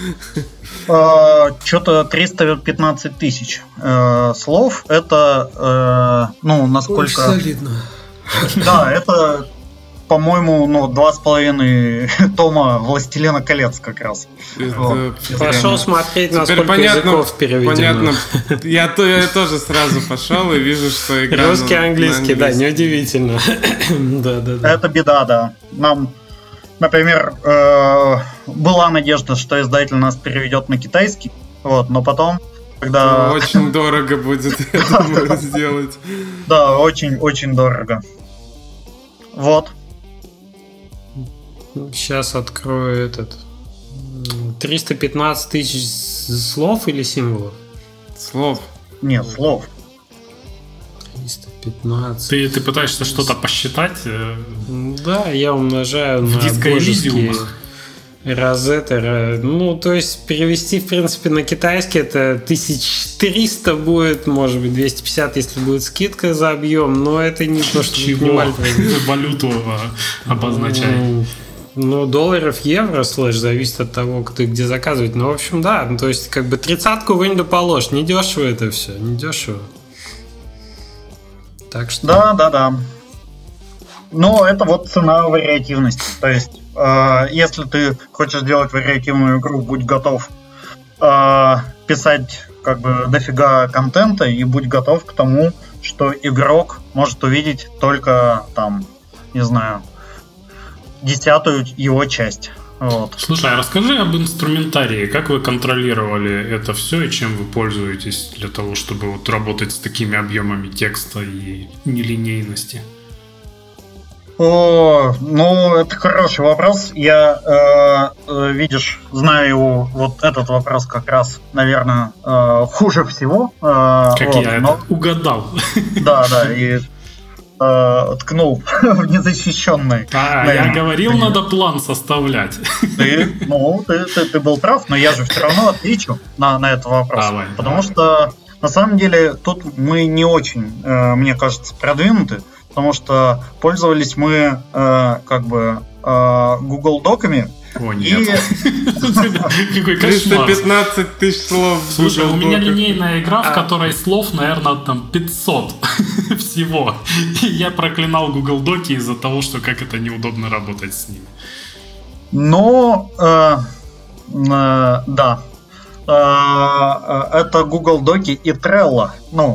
Что-то 315 тысяч слов. Это, насколько... Очень солидно. Да, это, по-моему, 2,5 тома «Властелина колец» как раз. Пошел смотреть, на сколько языков переведено. Понятно. Я тоже сразу пошел и вижу, что игра русский, английский, да, неудивительно. Да. Это беда, да. Нам, например, была надежда, что издатель нас переведет на китайский, но потом, когда... Очень дорого будет, я думаю, сделать. Да, очень-очень дорого. Вот. Сейчас открою 315 тысяч слов или символов? Слов. Нет, слов. 315. Ты пытаешься что-то посчитать? Да, я умножаю на божеские розеты. То есть перевести, в принципе, на китайский это 1300 будет, может быть 250, если будет скидка за объем, но это не то, что чего валюту обозначает. Долларов, евро, зависит от того, кто и где заказывать. В общем, да, то есть 30-ку вынь да положь. Не дешево это все, не дешево. Так что... Да. Но это цена вариативности. То есть, если ты хочешь сделать вариативную игру, будь готов писать дофига контента и будь готов к тому, что игрок может увидеть только не знаю, 10-ю его часть. Слушай, а расскажи об инструментарии. Как вы контролировали это все и чем вы пользуетесь для того, чтобы работать с такими объемами текста и нелинейности? Это хороший вопрос. Я, видишь, знаю этот вопрос как раз, наверное, хуже всего. Как я это угадал. Да, и ткнул в незащищенный. Я говорил, надо план составлять. Ты был прав, но я же все равно отвечу на этот вопрос. Давай. Потому что, на самом деле, тут мы не очень, мне кажется, продвинуты. Потому что пользовались мы Google Доками. О, нет. Какой кошмар. 315 тысяч слов. Слушай, у меня линейная игра, в которой слов, наверное, 500 всего. И я проклинал Google Доки из-за того, что как это неудобно работать с ними. Да. Это Google Доки и Trello.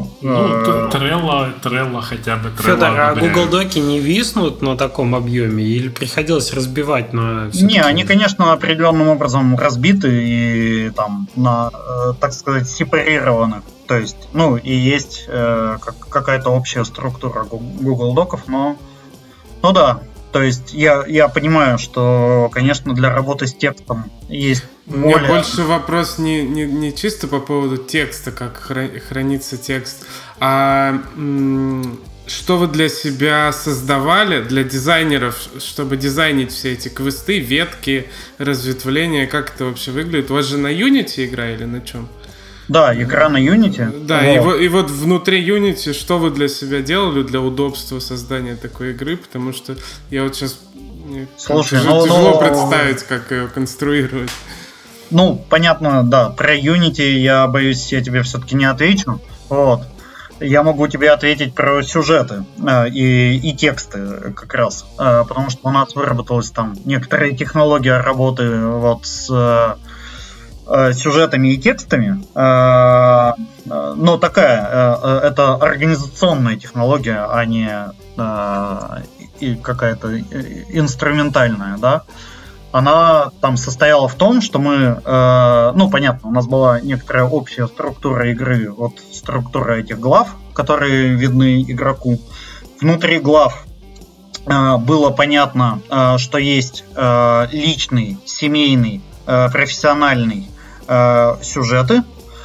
Trello хотя бы. Федор, а Google Доки не виснут на таком объеме или приходилось разбивать на... Не, они, конечно, определенным образом разбиты и так сказать, сепарированы. То есть, и есть какая-то общая структура Google Доков, но да. То есть я понимаю, что, конечно, для работы с текстом есть У меня больше вопрос не чисто по поводу текста, как хранится текст, а что вы для себя создавали, для дизайнеров, чтобы дизайнить все эти квесты, ветки, разветвления, как это вообще выглядит? У вас же на Unity игра или на чем? Да, игра на Unity. Да, и вот внутри Unity что вы для себя делали для удобства создания такой игры? Потому что я вот сейчас... Слушай, тяжело представить, как ее конструировать. Понятно, да. Про Unity я боюсь, я тебе все-таки не отвечу. Я могу тебе ответить про сюжеты и тексты как раз. Потому что у нас выработалась некоторая технология работы с сюжетами и текстами, но такая, это организационная технология, а не какая-то инструментальная, да. Она состояла в том, что мы, понятно, у нас была некоторая общая структура игры, структура этих глав, которые видны игроку. Внутри глав было понятно, что есть личный, семейный, профессиональный сюжеты,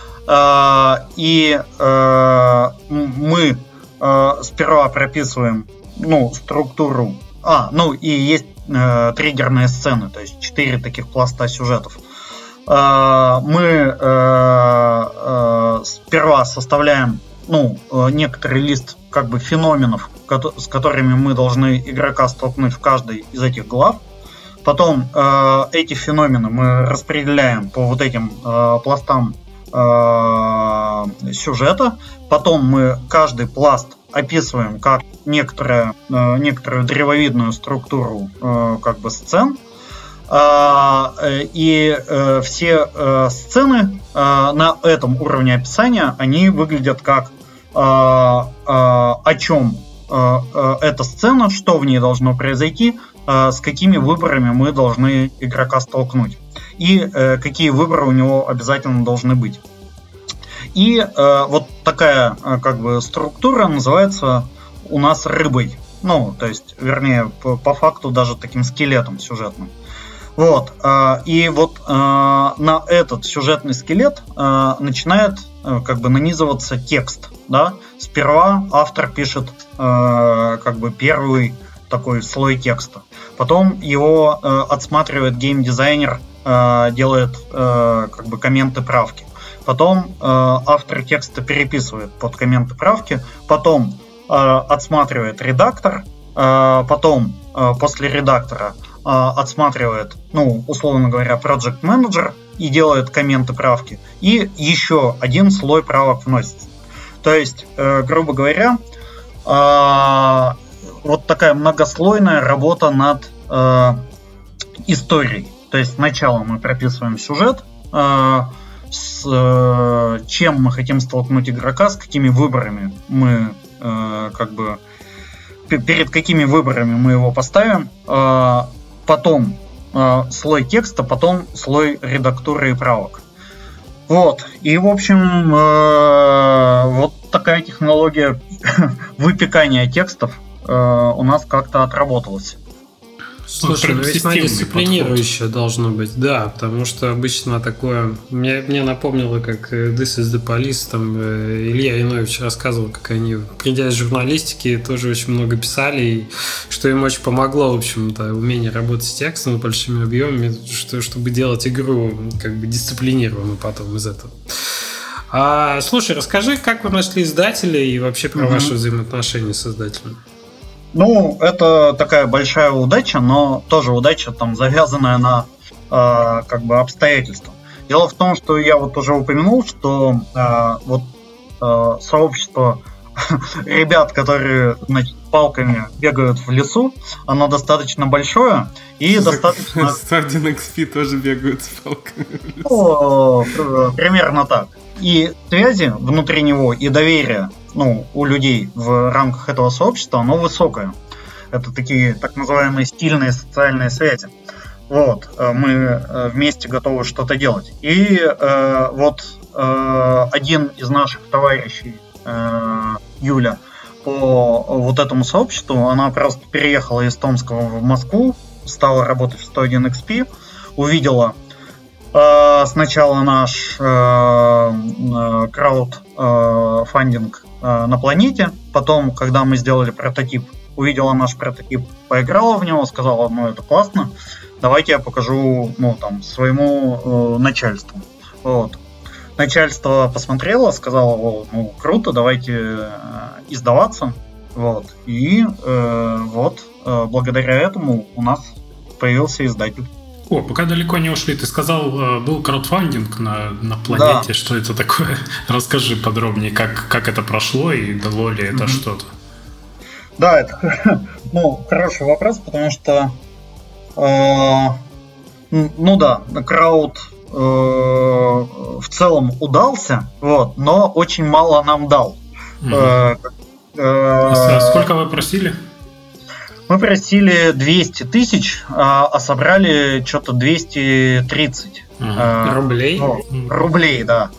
и мы сперва прописываем структуру. И есть триггерные сцены, то есть 4 таких пласта сюжетов. Мы сперва составляем некоторый лист как бы феноменов, с которыми мы должны игрока столкнуть в каждой из этих глав. Потом эти феномены мы распределяем по вот этим пластам сюжета. Потом мы каждый пласт описываем как некоторую древовидную структуру как бы сцен. И все сцены на этом уровне описания, они выглядят как о чем эта сцена, что в ней должно произойти, с какими выборами мы должны игрока столкнуть и какие выборы у него обязательно должны быть. И вот такая как бы структура называется у нас рыбой. То есть, вернее, по факту даже таким скелетом сюжетным. Вот. И вот на этот сюжетный скелет начинает как бы нанизываться текст. Да? Сперва автор пишет как бы первый такой слой текста. Потом его отсматривает геймдизайнер, делает как бы комменты, правки. Потом автор текста переписывает под комменты, правки. Потом отсматривает редактор. Потом после редактора отсматривает, условно говоря, project manager и делает комменты, правки. И еще один слой правок вносится. То есть, грубо говоря, вот такая многослойная работа над историей. То есть сначала мы прописываем сюжет, с чем мы хотим столкнуть игрока, с какими выборами мы как бы перед какими выборами мы его поставим, потом слой текста, потом слой редактуры и правок. Вот. И, в общем, вот такая технология выпекания текстов у нас как-то отработалась. Слушай, весьма дисциплинирующее должно быть, да, потому что обычно такое... Мне напомнило, как This is the Police, там Илья Янович рассказывал, как они, придя из журналистики, тоже очень много писали, и что им очень помогло, в общем-то, умение работать с текстом и большими объемами, чтобы делать игру как бы дисциплинированно потом из этого. Слушай, расскажи, как вы нашли издателей и вообще про ваши взаимоотношения с издателем? Это такая большая удача, но тоже удача там завязанная на как бы обстоятельства. Дело в том, что я вот уже упомянул, что сообщество ребят, которые, значит, палками бегают в лесу, оно достаточно большое и достаточно... Sardin XP тоже бегают с палками в лесу. Примерно так. И связи внутри него, и доверие у людей в рамках этого сообщества, оно высокое. Это такие так называемые стильные социальные связи. Вот, мы вместе готовы что-то делать. И один из наших товарищей, Юля, по вот этому сообществу, она просто переехала из Томского в Москву, стала работать в 101XP, увидела сначала наш краудфандинг на планете, потом, когда мы сделали прототип, увидела наш прототип, поиграла в него, сказала, это классно, давайте я покажу своему начальству. Вот. Начальство посмотрело, сказало, круто, давайте издаваться. Вот. И благодаря этому у нас появился издатель. Пока далеко не ушли, ты сказал, был краудфандинг на планете, да. Что это такое? Расскажи подробнее, как это прошло и дало ли это что-то. Да, это хороший вопрос, потому что крауд в целом удался, но очень мало нам дал. Сколько вы просили? Мы просили 200 тысяч, а собрали что-то 230 рублей. Рублей, да.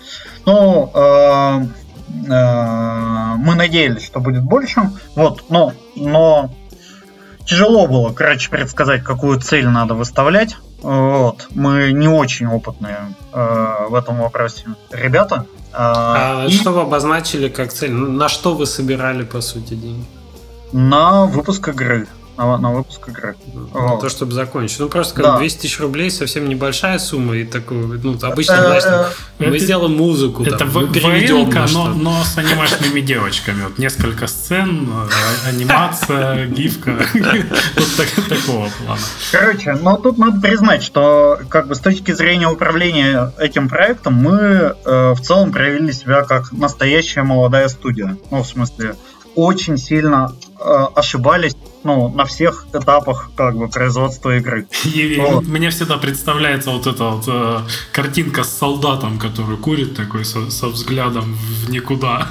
Мы надеялись, что будет больше. Но тяжело было, предсказать, какую цель надо выставлять. Мы не очень опытные в этом вопросе ребята. Что вы обозначили как цель? На что вы собирали, по сути, деньги? На выпуск игры. на выпуск игры. На то, чтобы закончить. Ну, просто как 200 тысяч рублей совсем небольшая сумма, и такую, ну, обычно, знаешь, мы сделаем музыку, это мы переведем на что-то. Но с анимешными девочками. Вот несколько сцен, анимация, гифка. Вот такого плана. Короче, ну, тут надо признать, что как бы с точки зрения управления этим проектом мы в целом проявили себя как настоящая молодая студия. Ну, в смысле, очень сильно ошибались, ну, на всех этапах как бы производства игры. Вот. Мне всегда представляется вот эта вот картинка с солдатом, который курит такой со взглядом в никуда.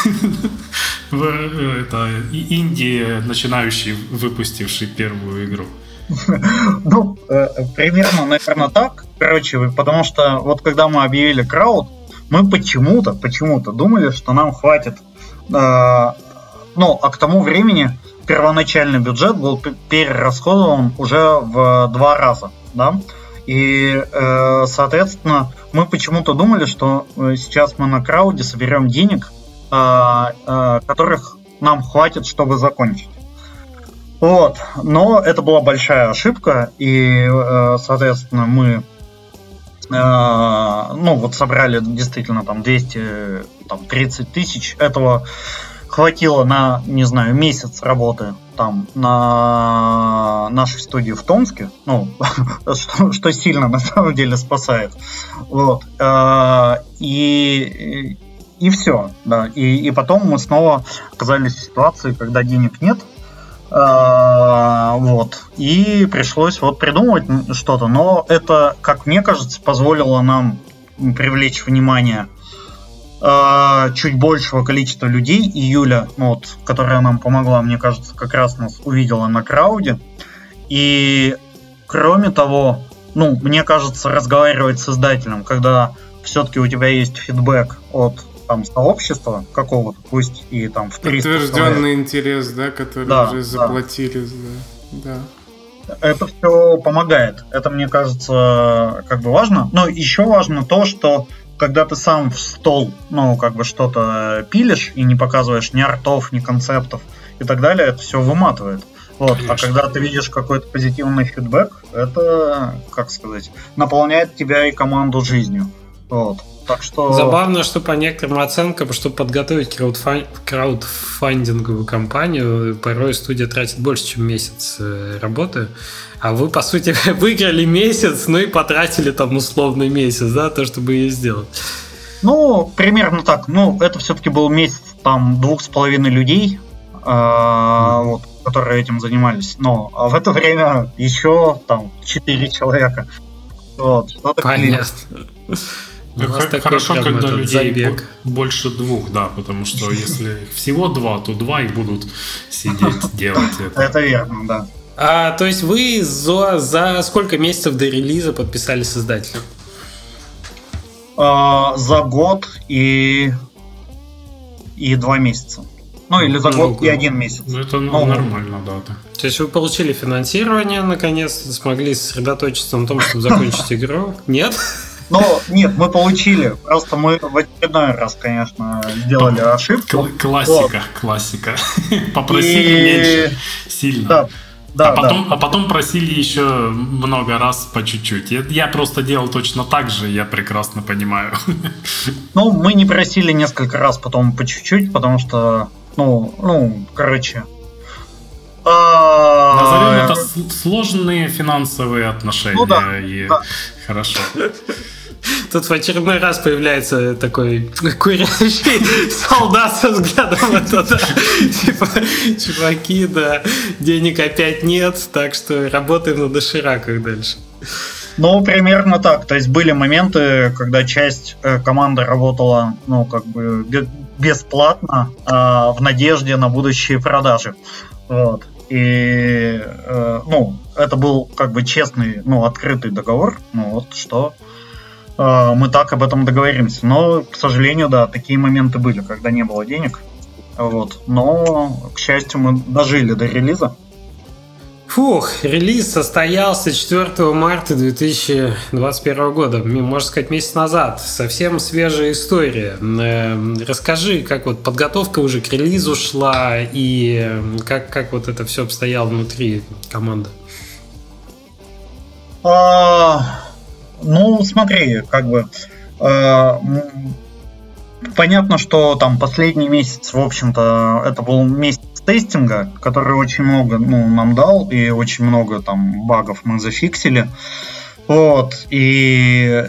Это Индии, начинающий, выпустивший первую игру. Ну, примерно, наверное, так. Короче, потому что вот когда мы объявили крауд, мы почему-то думали, что нам хватит. Ну, а к тому времени первоначальный бюджет был перерасходован уже в 2 раза, да, и, соответственно, мы почему-то думали, что сейчас мы на крауде соберем денег, которых нам хватит, чтобы закончить. Вот, но это была большая ошибка, и, соответственно, мы, ну, вот собрали действительно там 230 тысяч, этого хватило на, не знаю, месяц работы там на нашей студии в Томске, ну, что сильно на самом деле спасает. Вот. И все, да. И потом мы снова оказались в ситуации, когда денег нет. Вот. И пришлось вот придумывать что-то. Но это, как мне кажется, позволило нам привлечь внимание чуть большего количества людей. И Юля, вот, которая нам помогла, мне кажется, как раз нас увидела на крауде. И кроме того, ну, мне кажется, разговаривать с издателем, когда все-таки у тебя есть фидбэк от там сообщества какого-то, пусть и там в 300 подтвержденный интерес, да, который уже заплатили. Да. Это все помогает. Это, мне кажется, как бы важно. Но еще важно то, что когда ты сам в стол, ну, как бы что-то пилишь и не показываешь ни артов, ни концептов и так далее, это все выматывает. Вот. А когда ты видишь какой-то позитивный фидбэк, это, как сказать, наполняет тебя и команду жизнью. Вот. Так что... Забавно, что по некоторым оценкам, чтобы подготовить краудфандинговую кампанию, порой студия тратит больше, чем месяц работы. А вы, по сути, выиграли месяц, ну и потратили там условный месяц, да, то, чтобы ее сделать. Ну, примерно так. Ну, это все-таки был месяц там 2,5 людей, вот, которые этим занимались. Но а в это время еще там 4 человека. Вот, что-то понятно. Хорошо, когда людей больше 2, да, потому что если всего 2, то 2 и будут сидеть делать это. Это верно, да. То есть вы за сколько месяцев до релиза подписались с издателем? За год и 2 месяца. Ну, или за год и 1 месяц. Ну, это нормально, да. То есть вы получили финансирование, наконец-то, смогли сосредоточиться на том, чтобы закончить игру? Нет? Ну, нет, мы получили. Просто мы в очередной раз, конечно, сделали ошибку. Классика. Попросили меньше, сильно. Да, а потом просили еще много раз по чуть-чуть. Я просто делал точно так же, я прекрасно понимаю. Ну, мы не просили несколько раз потом по чуть-чуть, потому что, короче... Назовем это сложные финансовые отношения. Ну, да. Хорошо. Тут в очередной раз появляется такой курящий солдат со взглядом. Типа, чуваки, да, денег опять нет, так что работаем на дошираках дальше. Ну, примерно так. То есть были моменты, когда часть команды работала, как бы бесплатно, в надежде на будущие продажи. Вот. И, это был как бы честный, открытый договор. Что мы так об этом договоримся. Но, к сожалению, да, такие моменты были, когда не было денег. Вот. Но, к счастью, мы дожили до релиза. Фух, релиз состоялся 4 марта 2021 года, можно сказать, месяц назад. Совсем свежая история. Расскажи, как вот подготовка уже к релизу шла и как вот это все обстояло внутри команды. Ну, смотри, как бы понятно, что там последний месяц, в общем-то, это был месяц тестинга, который очень много нам дал, и очень много там багов мы зафиксили. Вот, и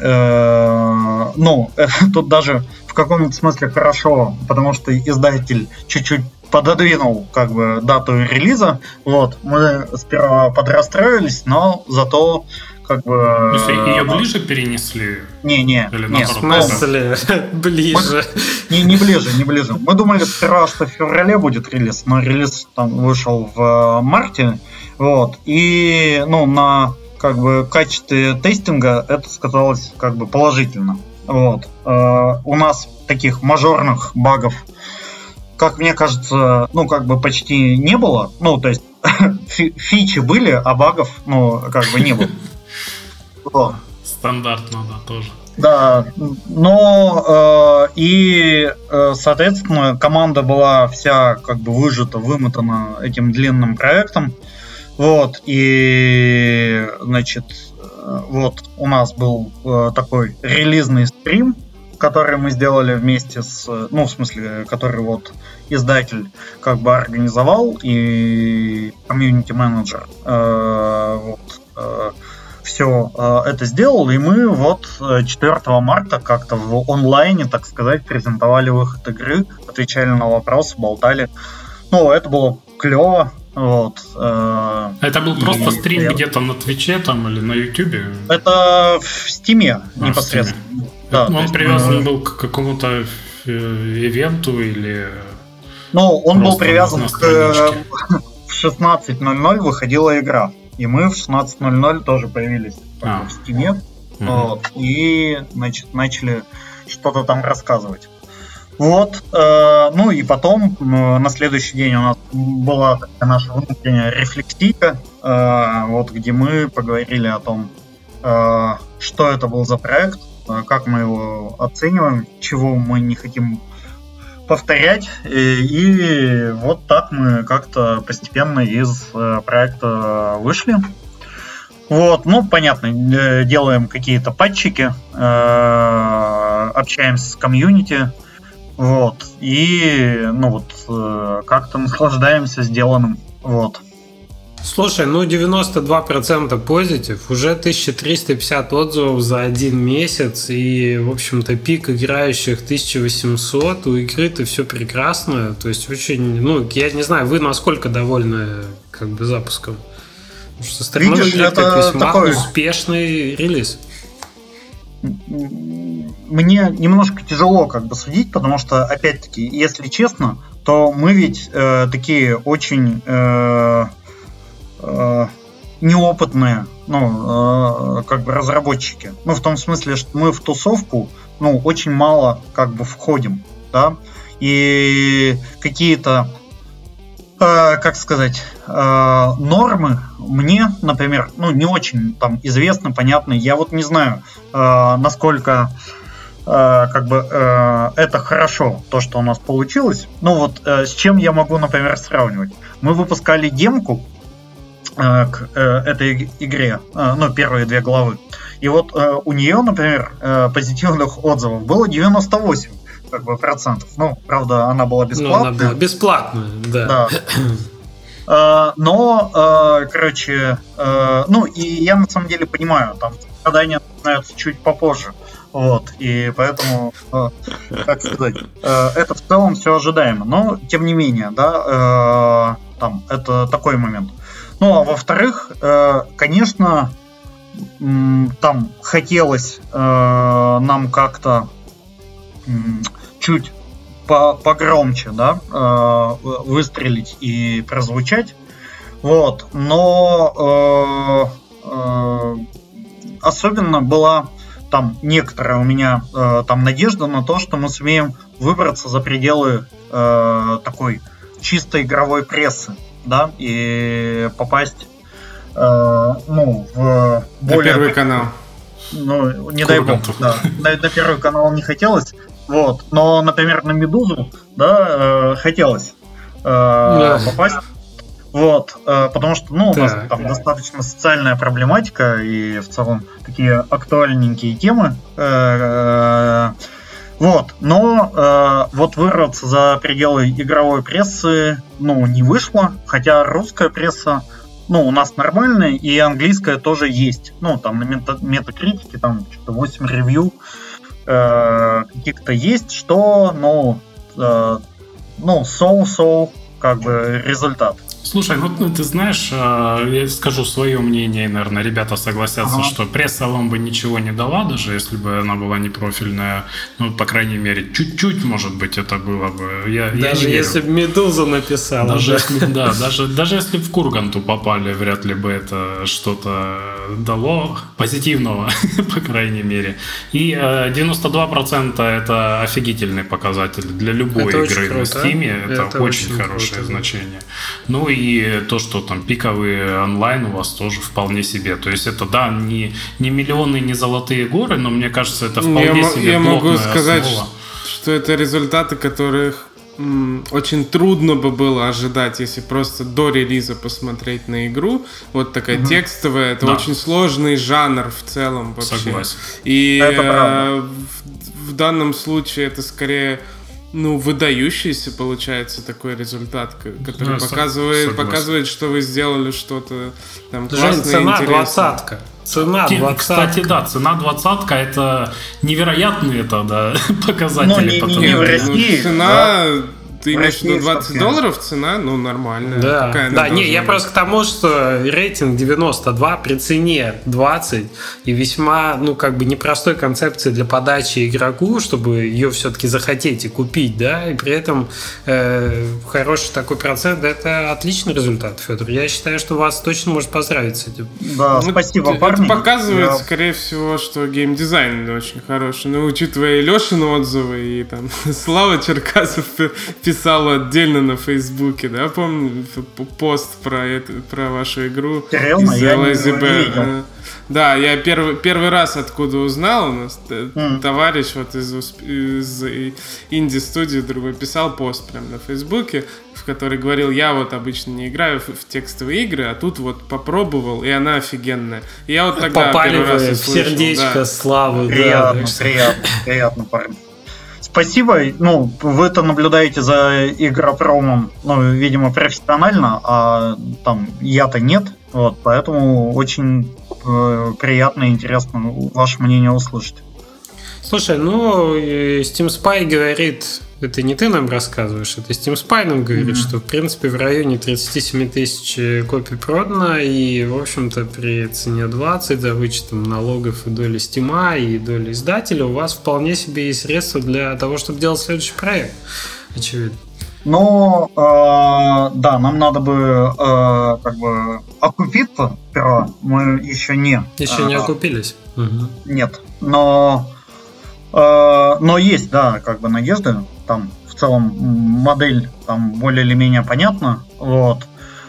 тут даже в каком-то смысле хорошо, потому что издатель чуть-чуть пододвинул как бы дату релиза. Вот, мы сперва подрастроились, но зато как бы... Если ее ближе перенесли? Не. В смысле ближе? Не ближе. Мы думали сперва, что в феврале будет релиз, но релиз там вышел в марте. Вот. И на как бы качестве тестинга это сказалось как бы положительно. Вот. У нас таких мажорных багов, как мне кажется, как бы почти не было. То есть фичи были, а багов, как бы не было. Стандартно, да, тоже. Да, но соответственно, команда была вся как бы выжата, вымотана этим длинным проектом. Вот, и, значит, вот у нас был такой релизный стрим, который мы сделали вместе с, в смысле, который вот издатель как бы организовал и комьюнити-менеджер все это сделал, и мы вот 4 марта как-то в онлайне, так сказать, презентовали выход игры, отвечали на вопросы, болтали. Это было клево. Вот. Это был просто стрим где-то на Твиче там или на Ютубе? Это в Стиме непосредственно. В Steam. Да, он привязан был к какому-то ивенту или... он был привязан к... В 16:00 выходила игра. И мы в 16:00 тоже появились в Стиме. Вот, и, значит, начали что-то там рассказывать. Вот. И потом на следующий день у нас была наша внутренняя рефлексия, вот, где мы поговорили о том, что это был за проект, как мы его оцениваем, чего мы не хотим повторять, и вот так мы как-то постепенно из проекта вышли. Вот, понятно, делаем какие-то патчики, общаемся с комьюнити, вот, и, как-то наслаждаемся сделанным, вот. Слушай, 92% позитив, уже 1350 отзывов за один месяц, и, в общем-то, пик играющих 1800, у игры-то все прекрасно, то есть очень, я не знаю, вы насколько довольны как бы запуском? Потому что со стороны выглядит как весьма успешный релиз. Мне немножко тяжело как бы судить, потому что, опять-таки, если честно, то мы ведь такие очень... неопытные, как бы разработчики. В том смысле, что мы в тусовку, очень мало как бы входим, да, и какие-то, как сказать, нормы мне, например, не очень там известны, понятны. Я вот не знаю, насколько как бы это хорошо, то, что у нас получилось. С чем я могу, например, сравнивать? Мы выпускали демку к этой игре, первые 2 главы. И вот у нее, например, позитивных отзывов было 98 как бы, процентов. Правда, она была бесплатная. Она была бесплатная, да. Но, короче, и я на самом деле понимаю, там страдания начинаются чуть попозже. Вот, и поэтому, как сказать, это в целом все ожидаемо. Но, тем не менее, да, там, это такой момент. А во-вторых, конечно, там хотелось нам как-то чуть погромче, да, выстрелить и прозвучать. Вот, но особенно была там некоторая у меня там надежда на то, что мы сумеем выбраться за пределы такой чисто игровой прессы, да, и попасть в более... На Первый канал. Ну, не дай бог, да. На Первый канал не хотелось. Вот. Но, например, на Медузу, да, хотелось попасть. Вот, потому что, у нас там достаточно социальная проблематика и в целом такие актуальненькие темы. Вот, но вот вырваться за пределы игровой прессы, не вышло, хотя русская пресса, у нас нормальная, и английская тоже есть. Там на метакритике там что-то 8 ревью каких-то есть, что, как бы результат. Слушай, ты знаешь, я скажу свое мнение, наверное, ребята согласятся, что пресса вам бы ничего не дала, даже если бы она была не профильная, по крайней мере, чуть-чуть, может быть, это было бы. Даже если бы Медуза написала. Даже если в Курганту попали, вряд ли бы это что-то дало позитивного, по крайней мере. И 92% это офигительный показатель для любой игры на Steam, это очень хорошее значение. И то, что там пиковый онлайн у вас тоже вполне себе. То есть это, не миллионы, не золотые горы, но мне кажется, это вполне себе я могу плотная сказать, основа. что это результаты, которых очень трудно бы было ожидать, если просто до релиза посмотреть на игру. Вот такая текстовая, это очень сложный жанр в целом вообще. Согласен. И в данном случае это скорее... выдающийся получается такой результат, который показывает, что вы сделали что-то там классное, цена интересное. 20-ка. Цена 20-ка. Кстати, цена 20-ка это невероятные показатели. Не в России. Цена... Ты имеешь в виду $20 цена? Нормальная. Да, я просто к тому, что рейтинг 92 при цене 20 и весьма, непростой концепции для подачи игроку, чтобы ее все-таки захотеть и купить, да, и при этом хороший такой процент, это отличный результат, Федор. Я считаю, что вас точно может поздравить с этим. Да, спасибо, парни. Это показывает, скорее всего, что геймдизайн очень хороший. Учитывая и Лешины отзывы, и там Слава Черкасов писал отдельно на Фейсбуке, да, помню, пост про вашу игру. Серьезно? Я не видел. Да, я первый раз откуда узнал, у нас товарищ вот из инди-студии другой писал пост прямо на Фейсбуке, в который говорил, я вот обычно не играю в текстовые игры, а тут вот попробовал, и она офигенная. И я вот тогда попали первый раз в сердечко Славы. Приятно, парень. Спасибо. Вы-то наблюдаете за игропромом, видимо, профессионально, а там я-то нет. Вот, поэтому очень приятно и интересно ваше мнение услышать. Слушай, Steam Spy говорит, это не ты нам рассказываешь, это Steam Spy нам говорит, что в принципе в районе 37 тысяч копий продано, и в общем-то при цене 20 за вычетом налогов и доли Steam и доли издателя у вас вполне себе есть средства для того, чтобы делать следующий проект. Очевидно. Да, нам надо бы окупиться сперва. Мы еще не. Еще не окупились. Нет. Но есть, да, надежды. Там в целом модель там более или менее понятна. Вот.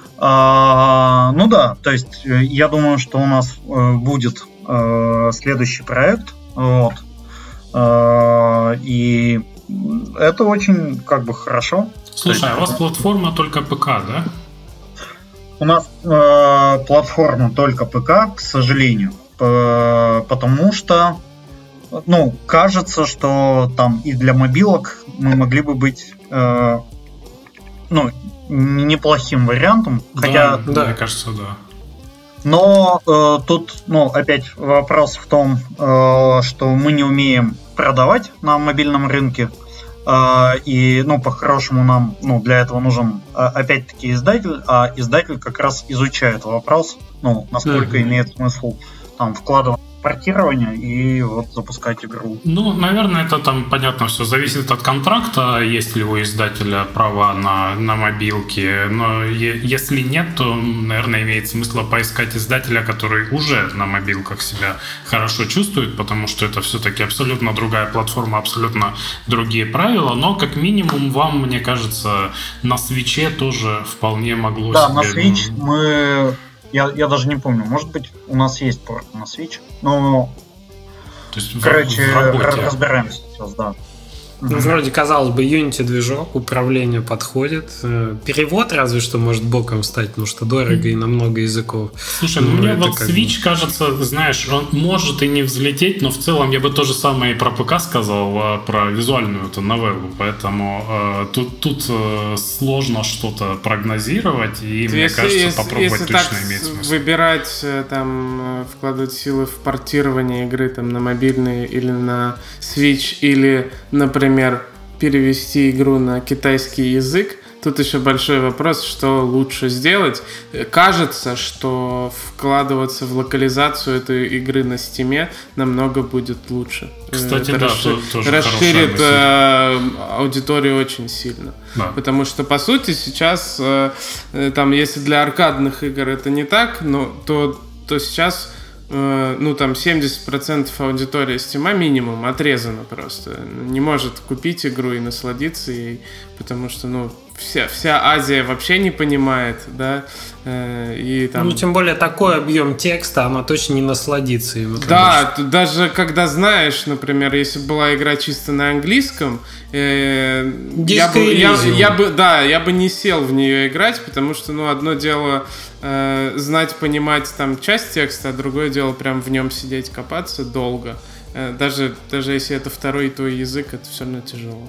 Да, то есть я думаю, что у нас будет следующий проект. Вот. И это очень хорошо. Слушай, а у вас платформа только ПК, да? У нас платформа только ПК, к сожалению. Потому что кажется, что там и для мобилок мы могли бы быть неплохим вариантом. Да, мне кажется, да. Но тут, опять вопрос в том, что мы не умеем продавать на мобильном рынке. И, по-хорошему нам, для этого нужен, опять-таки, издатель, а издатель как раз изучает вопрос, насколько имеет смысл там вкладывать портирование и вот запускать игру. Наверное, это там, понятно, все зависит от контракта, есть ли у издателя права на мобилки, но если нет, то, наверное, имеет смысл поискать издателя, который уже на мобилках себя хорошо чувствует, потому что это все-таки абсолютно другая платформа, абсолютно другие правила, но как минимум вам, мне кажется, на Switch'е тоже вполне могло себе... Да, на Switch мы Я даже не помню. Может быть, у нас есть порт на Switch, но... То есть короче, разбираемся сейчас, да. Ну, вроде, казалось бы, Unity движок, управление подходит. Перевод разве что может боком стать, потому что дорого и на много языков. Слушай, мне вот Switch, кажется, знаешь, он может и не взлететь, но в целом я бы то же самое и про ПК сказал, про визуальную эту новеллу. Поэтому тут сложно что-то прогнозировать, и мне кажется, попробовать точно имеет смысл. Выбирать, там, вкладывать силы в портирование игры там, на мобильный или на Switch, или, например, перевести игру на китайский язык. Тут еще большой вопрос, что лучше сделать. Кажется, что вкладываться в локализацию этой игры на Steam намного будет лучше. Кстати, это тоже расширит аудиторию очень сильно. Да. Потому что, по сути, сейчас, там, если для аркадных игр это не так, то сейчас... ну, там 70% аудитории Steam минимум отрезана просто. Не может купить игру и насладиться ей, потому что, ну, вся Азия вообще не понимает, да, и там... Ну, тем более такой объем текста, она точно не насладится им. Да, даже когда знаешь, например, если была игра чисто на английском, я бы не сел в нее играть, потому что, ну, одно дело знать, понимать там часть текста, а другое дело прям в нем сидеть, копаться долго. Даже если это второй твой язык, это все равно тяжело.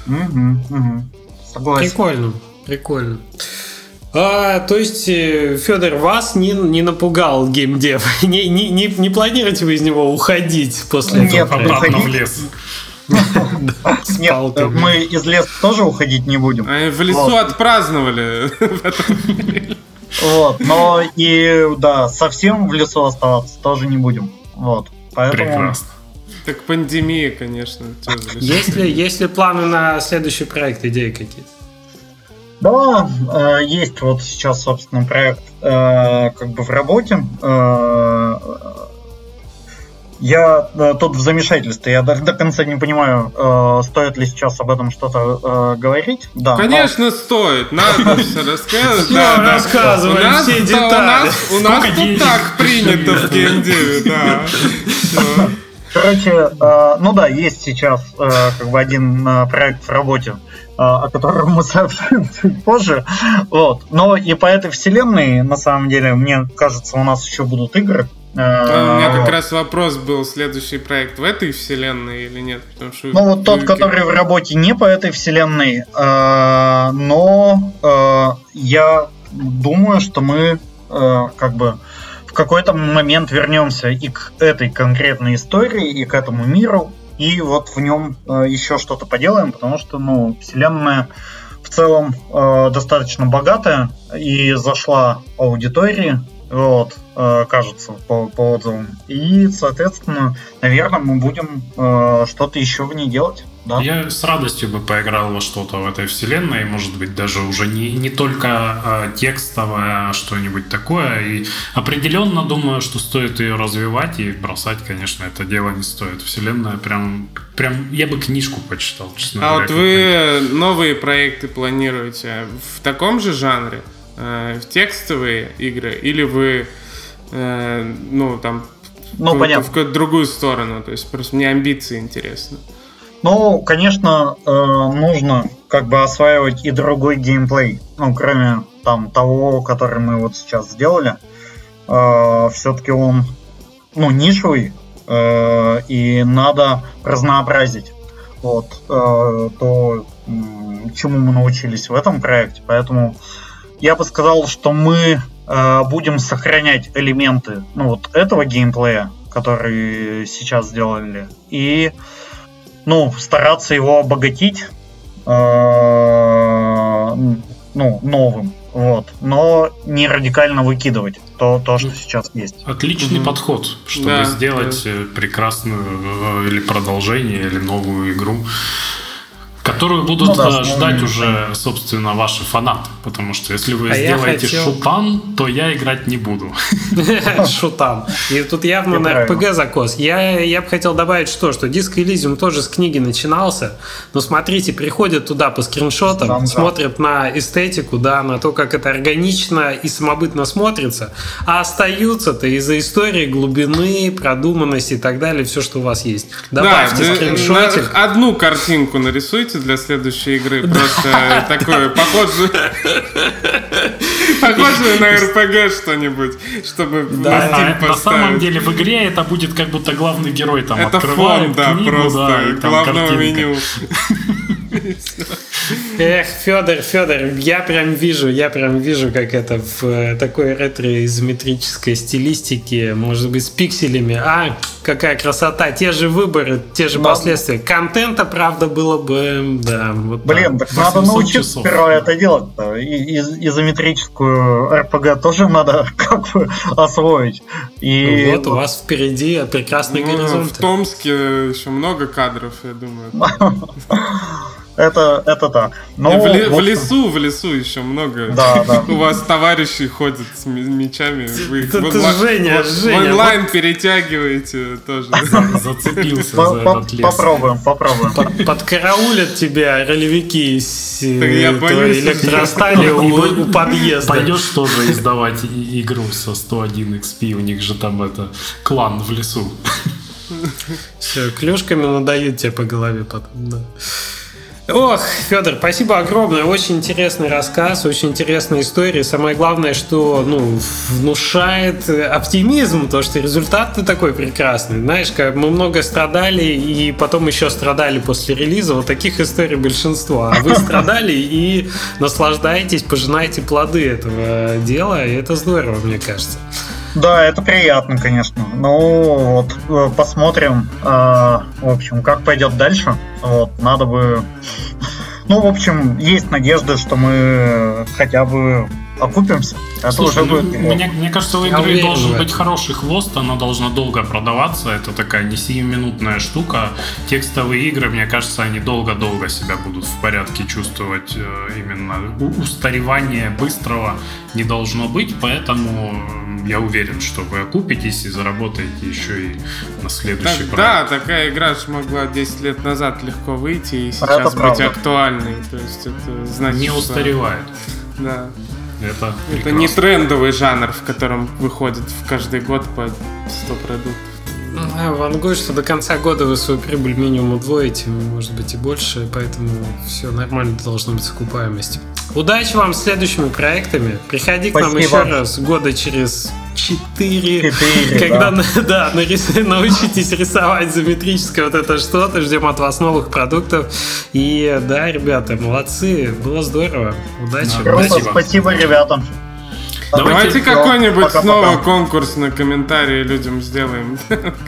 Согласен. Прикольно. То есть, Федор, вас не напугал геймдев? Не планируете вы из него уходить после этого? Нет, обратно в лес. Нет, мы из леса тоже уходить не будем. В лесу отпраздновали. Вот, но и да, совсем в лесу оставаться тоже не будем. Вот, поэтому... Прекрасно. Так пандемия, конечно. Есть ли планы на следующий проект, идеи какие-то? Да, есть вот сейчас, собственно, проект как бы в работе. Я тут в замешательстве, я до конца не понимаю, стоит ли сейчас об этом что-то говорить. Да, конечно, стоит, надо все рассказывать. Да, рассказываем все детали. У нас тут так принято в геймдеве, да. Короче, ну да, есть сейчас как бы один проект в работе, о котором мы сообщим чуть позже. Вот. Но и по этой вселенной, на самом деле, мне кажется, у нас еще будут игры. У меня как раз вопрос был, следующий проект в этой вселенной или нет? Потому что ну вот тот, который в работе не по этой вселенной, но я думаю, что мы как бы в какой-то момент вернемся и к этой конкретной истории, и к этому миру, и вот в нем еще что-то поделаем, потому что, ну, вселенная в целом достаточно богатая и зашла аудитории, вот, кажется, по отзывам. И, соответственно, наверное, мы будем что-то еще в ней делать. Да? Я с радостью бы поиграл во что-то в этой вселенной, может быть, даже уже не только текстовое, а что-нибудь такое. И определенно думаю, что стоит ее развивать, и бросать, конечно, это дело не стоит. Вселенная прям я бы книжку почитал, честно говоря. А вот вы новые проекты планируете в таком же жанре? В текстовые игры, или вы ну там в какую-то другую сторону, то есть просто мне амбиции интересны. Ну, конечно, нужно как бы осваивать и другой геймплей, ну, кроме там того, который мы вот сейчас сделали. Все-таки он, ну, нишевый, и надо разнообразить вот то, чему мы научились в этом проекте, поэтому я бы сказал, что мы будем сохранять элементы, ну, вот этого геймплея, который сейчас сделали, и, ну, стараться его обогатить, ну, новым, вот, но не радикально выкидывать то, что сейчас есть. Отличный подход, чтобы сделать прекрасную или продолжение, или новую игру. Которую будут ждать уже, собственно, ваши фанаты. Потому что если вы сделаете шутан, то я играть не буду. Шутан. И тут явно на РПГ закос. Я бы хотел добавить, что Disco Elysium тоже с книги начинался. Но смотрите, приходят туда по скриншотам, смотрят на эстетику, да, на то, как это органично и самобытно смотрится, а остаются-то из-за истории, глубины, продуманности и так далее, все, что у вас есть. Добавьте скриншотик. Одну картинку нарисуйте для следующей игры. Просто такое похожее на РПГ что-нибудь, чтобы на Steam поставить. На самом деле в игре это будет как будто главный герой там открывает книгу, просто главного меню. Эх, Федор, я прям вижу, как это в такой ретро-изометрической стилистике, может быть, с пикселями. Какая красота, те же выборы, те же последствия. Контента, правда, было бы, да. Вот блин, так надо научиться сперва это делать-то. Изометрическую РПГ тоже надо как бы освоить. И вот у вас впереди прекрасный горизонт. В Томске еще много кадров, я думаю. Это так. Но в лесу еще много. Да. У вас товарищи ходят с мечами. Вы их Женя, в онлайн перетягиваете тоже. Зацепился за этот лес. Попробуем. Подкараулят тебя ролевики с твоей электростали у подъезда. Пойдешь тоже издавать игру со 101 XP. У них же там это клан в лесу. Все, клюшками надают тебе по голове потом, да. Ох, Федор, спасибо огромное. Очень интересный рассказ, очень интересная история. Самое главное, что внушает оптимизм, то, что результат такой прекрасный. Знаешь, как мы много страдали и потом еще страдали после релиза. Вот таких историй большинство. А вы страдали и наслаждаетесь, пожинаете плоды этого дела. И это здорово, мне кажется. Да, это приятно, конечно. Ну, вот, посмотрим, в общем, как пойдет дальше. Вот, надо бы... Ну, в общем, есть надежда, что мы хотя бы окупимся. Слушай, мне кажется, у игры должен быть хороший хвост, она должна долго продаваться. Это такая не сиюминутная штука. Текстовые игры, мне кажется, они долго-долго себя будут в порядке чувствовать. Именно устаревание быстрого не должно быть, поэтому я уверен, что вы окупитесь и заработаете еще и на следующий проект. Да, такая игра же могла 10 лет назад легко выйти и сейчас быть актуальной. То есть это значит, не устаревает. Да. Это не трендовый жанр, в котором выходит в каждый год по 100 продуктов. Вангую, что до конца года вы свою прибыль минимум удвоите, может быть и больше, поэтому все нормально должно быть с окупаемостью. Удачи вам с следующими проектами. Приходи к нам еще раз года через 4, когда научитесь рисовать изометрическое вот это что-то. Ждем от вас новых продуктов. И да, ребята, молодцы, было здорово. Удачи. Спасибо, ребята. Давайте какой-нибудь снова конкурс на комментарии людям сделаем.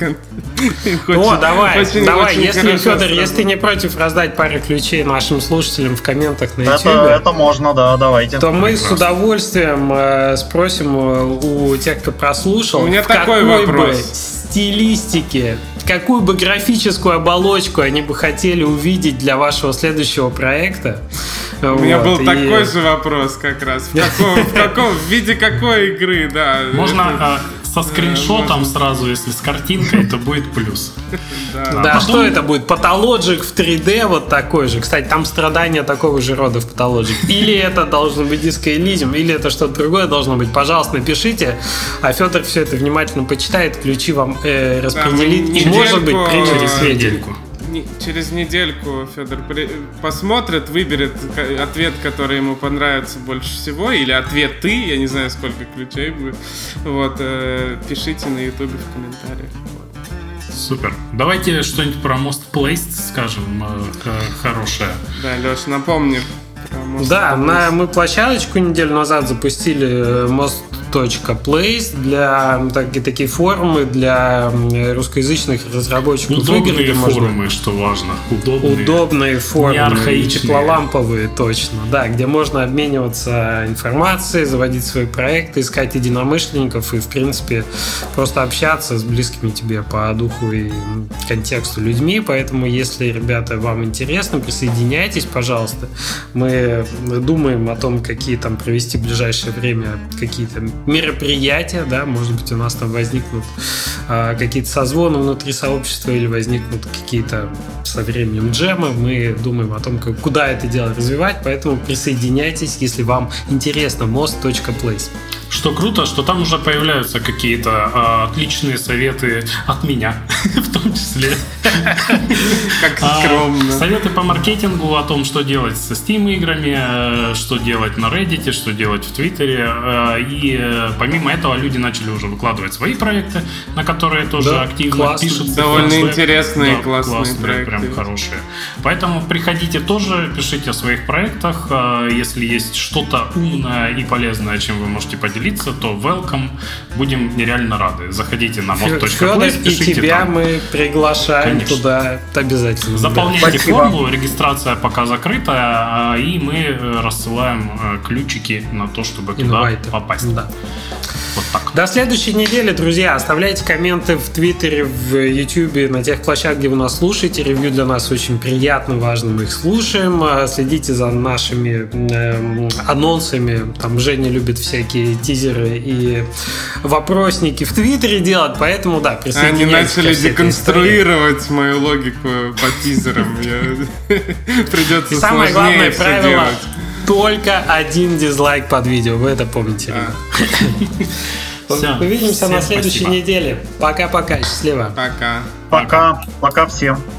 Давай, если, Федор, если ты не против раздать пару ключей нашим слушателям в комментах на YouTube, это можно, да, давайте. То мы с удовольствием спросим у тех, кто прослушал, у меня такой вопрос. Стилистике, какую бы графическую оболочку они бы хотели увидеть для вашего следующего проекта. У меня был такой же вопрос как раз. В виде какой игры, да. Можно со скриншотом сразу, если с картинкой, то будет плюс. Да, что это будет? Pathologic в 3D вот такой же. Кстати, там страдания такого же рода в Pathologic. Или это должно быть Disco Elysium, или это что-то другое должно быть. Пожалуйста, напишите. А Федор все это внимательно почитает, ключи вам распределит. И, может быть, примет сведеньку. Через недельку Федор посмотрит, выберет ответ, который ему понравится больше всего, или ответы, я не знаю, сколько ключей будет. Вот, пишите на YouTube в комментариях. Супер. Давайте что-нибудь про Most Placed скажем хорошее. Да, Леш, напомни. Да, мы площадочку неделю назад запустили Most most.place для такие форумы для русскоязычных разработчиков. Удобные форумы, что важно. Удобные форумы, и теплоламповые, точно, да, где можно обмениваться информацией, заводить свои проекты, искать единомышленников и, в принципе, просто общаться с близкими тебе по духу и контексту людьми. Поэтому, если, ребята, вам интересно, присоединяйтесь, пожалуйста. Мы думаем о том, какие там провести в ближайшее время какие-то мероприятия, да, может быть, у нас там возникнут какие-то созвоны внутри сообщества или возникнут какие-то со временем джемы. Мы думаем о том, куда это дело развивать, поэтому присоединяйтесь, если вам интересно, most.place. Что круто, что там уже появляются какие-то отличные советы от меня, в том числе. Как скромно. Советы по маркетингу, о том, что делать со Steam играми, что делать на Reddit, что делать в Твиттере. И помимо этого люди начали уже выкладывать свои проекты, на которые тоже активно пишут. Довольно интересные, классные проекты. Прям хорошие. Поэтому приходите тоже, пишите о своих проектах. Если есть что-то умное и полезное, чем вы можете поделиться, то welcome. Будем нереально рады. Заходите на mod.place, пишите и тебя там. Мы приглашаем туда обязательно. Заполняйте форму, регистрация пока закрыта, и мы рассылаем ключики на то, чтобы туда попасть. Да. Вот так. До следующей недели, друзья. Оставляйте комменты в Твиттере, в Ютубе, на тех площадках, где вы нас слушаете. Ревью для нас очень приятно, важно, мы их слушаем. Следите за нашими анонсами. Там Женя любит всякие тизеры и вопросники в Твиттере делать, поэтому, да, присоединяйтесь. Они начали деконструировать мою логику по тизерам. Придется и самое главное правило делать. Только один дизлайк под видео. Вы это помните. Увидимся на следующей неделе. Пока-пока. Счастливо. Пока. Пока всем.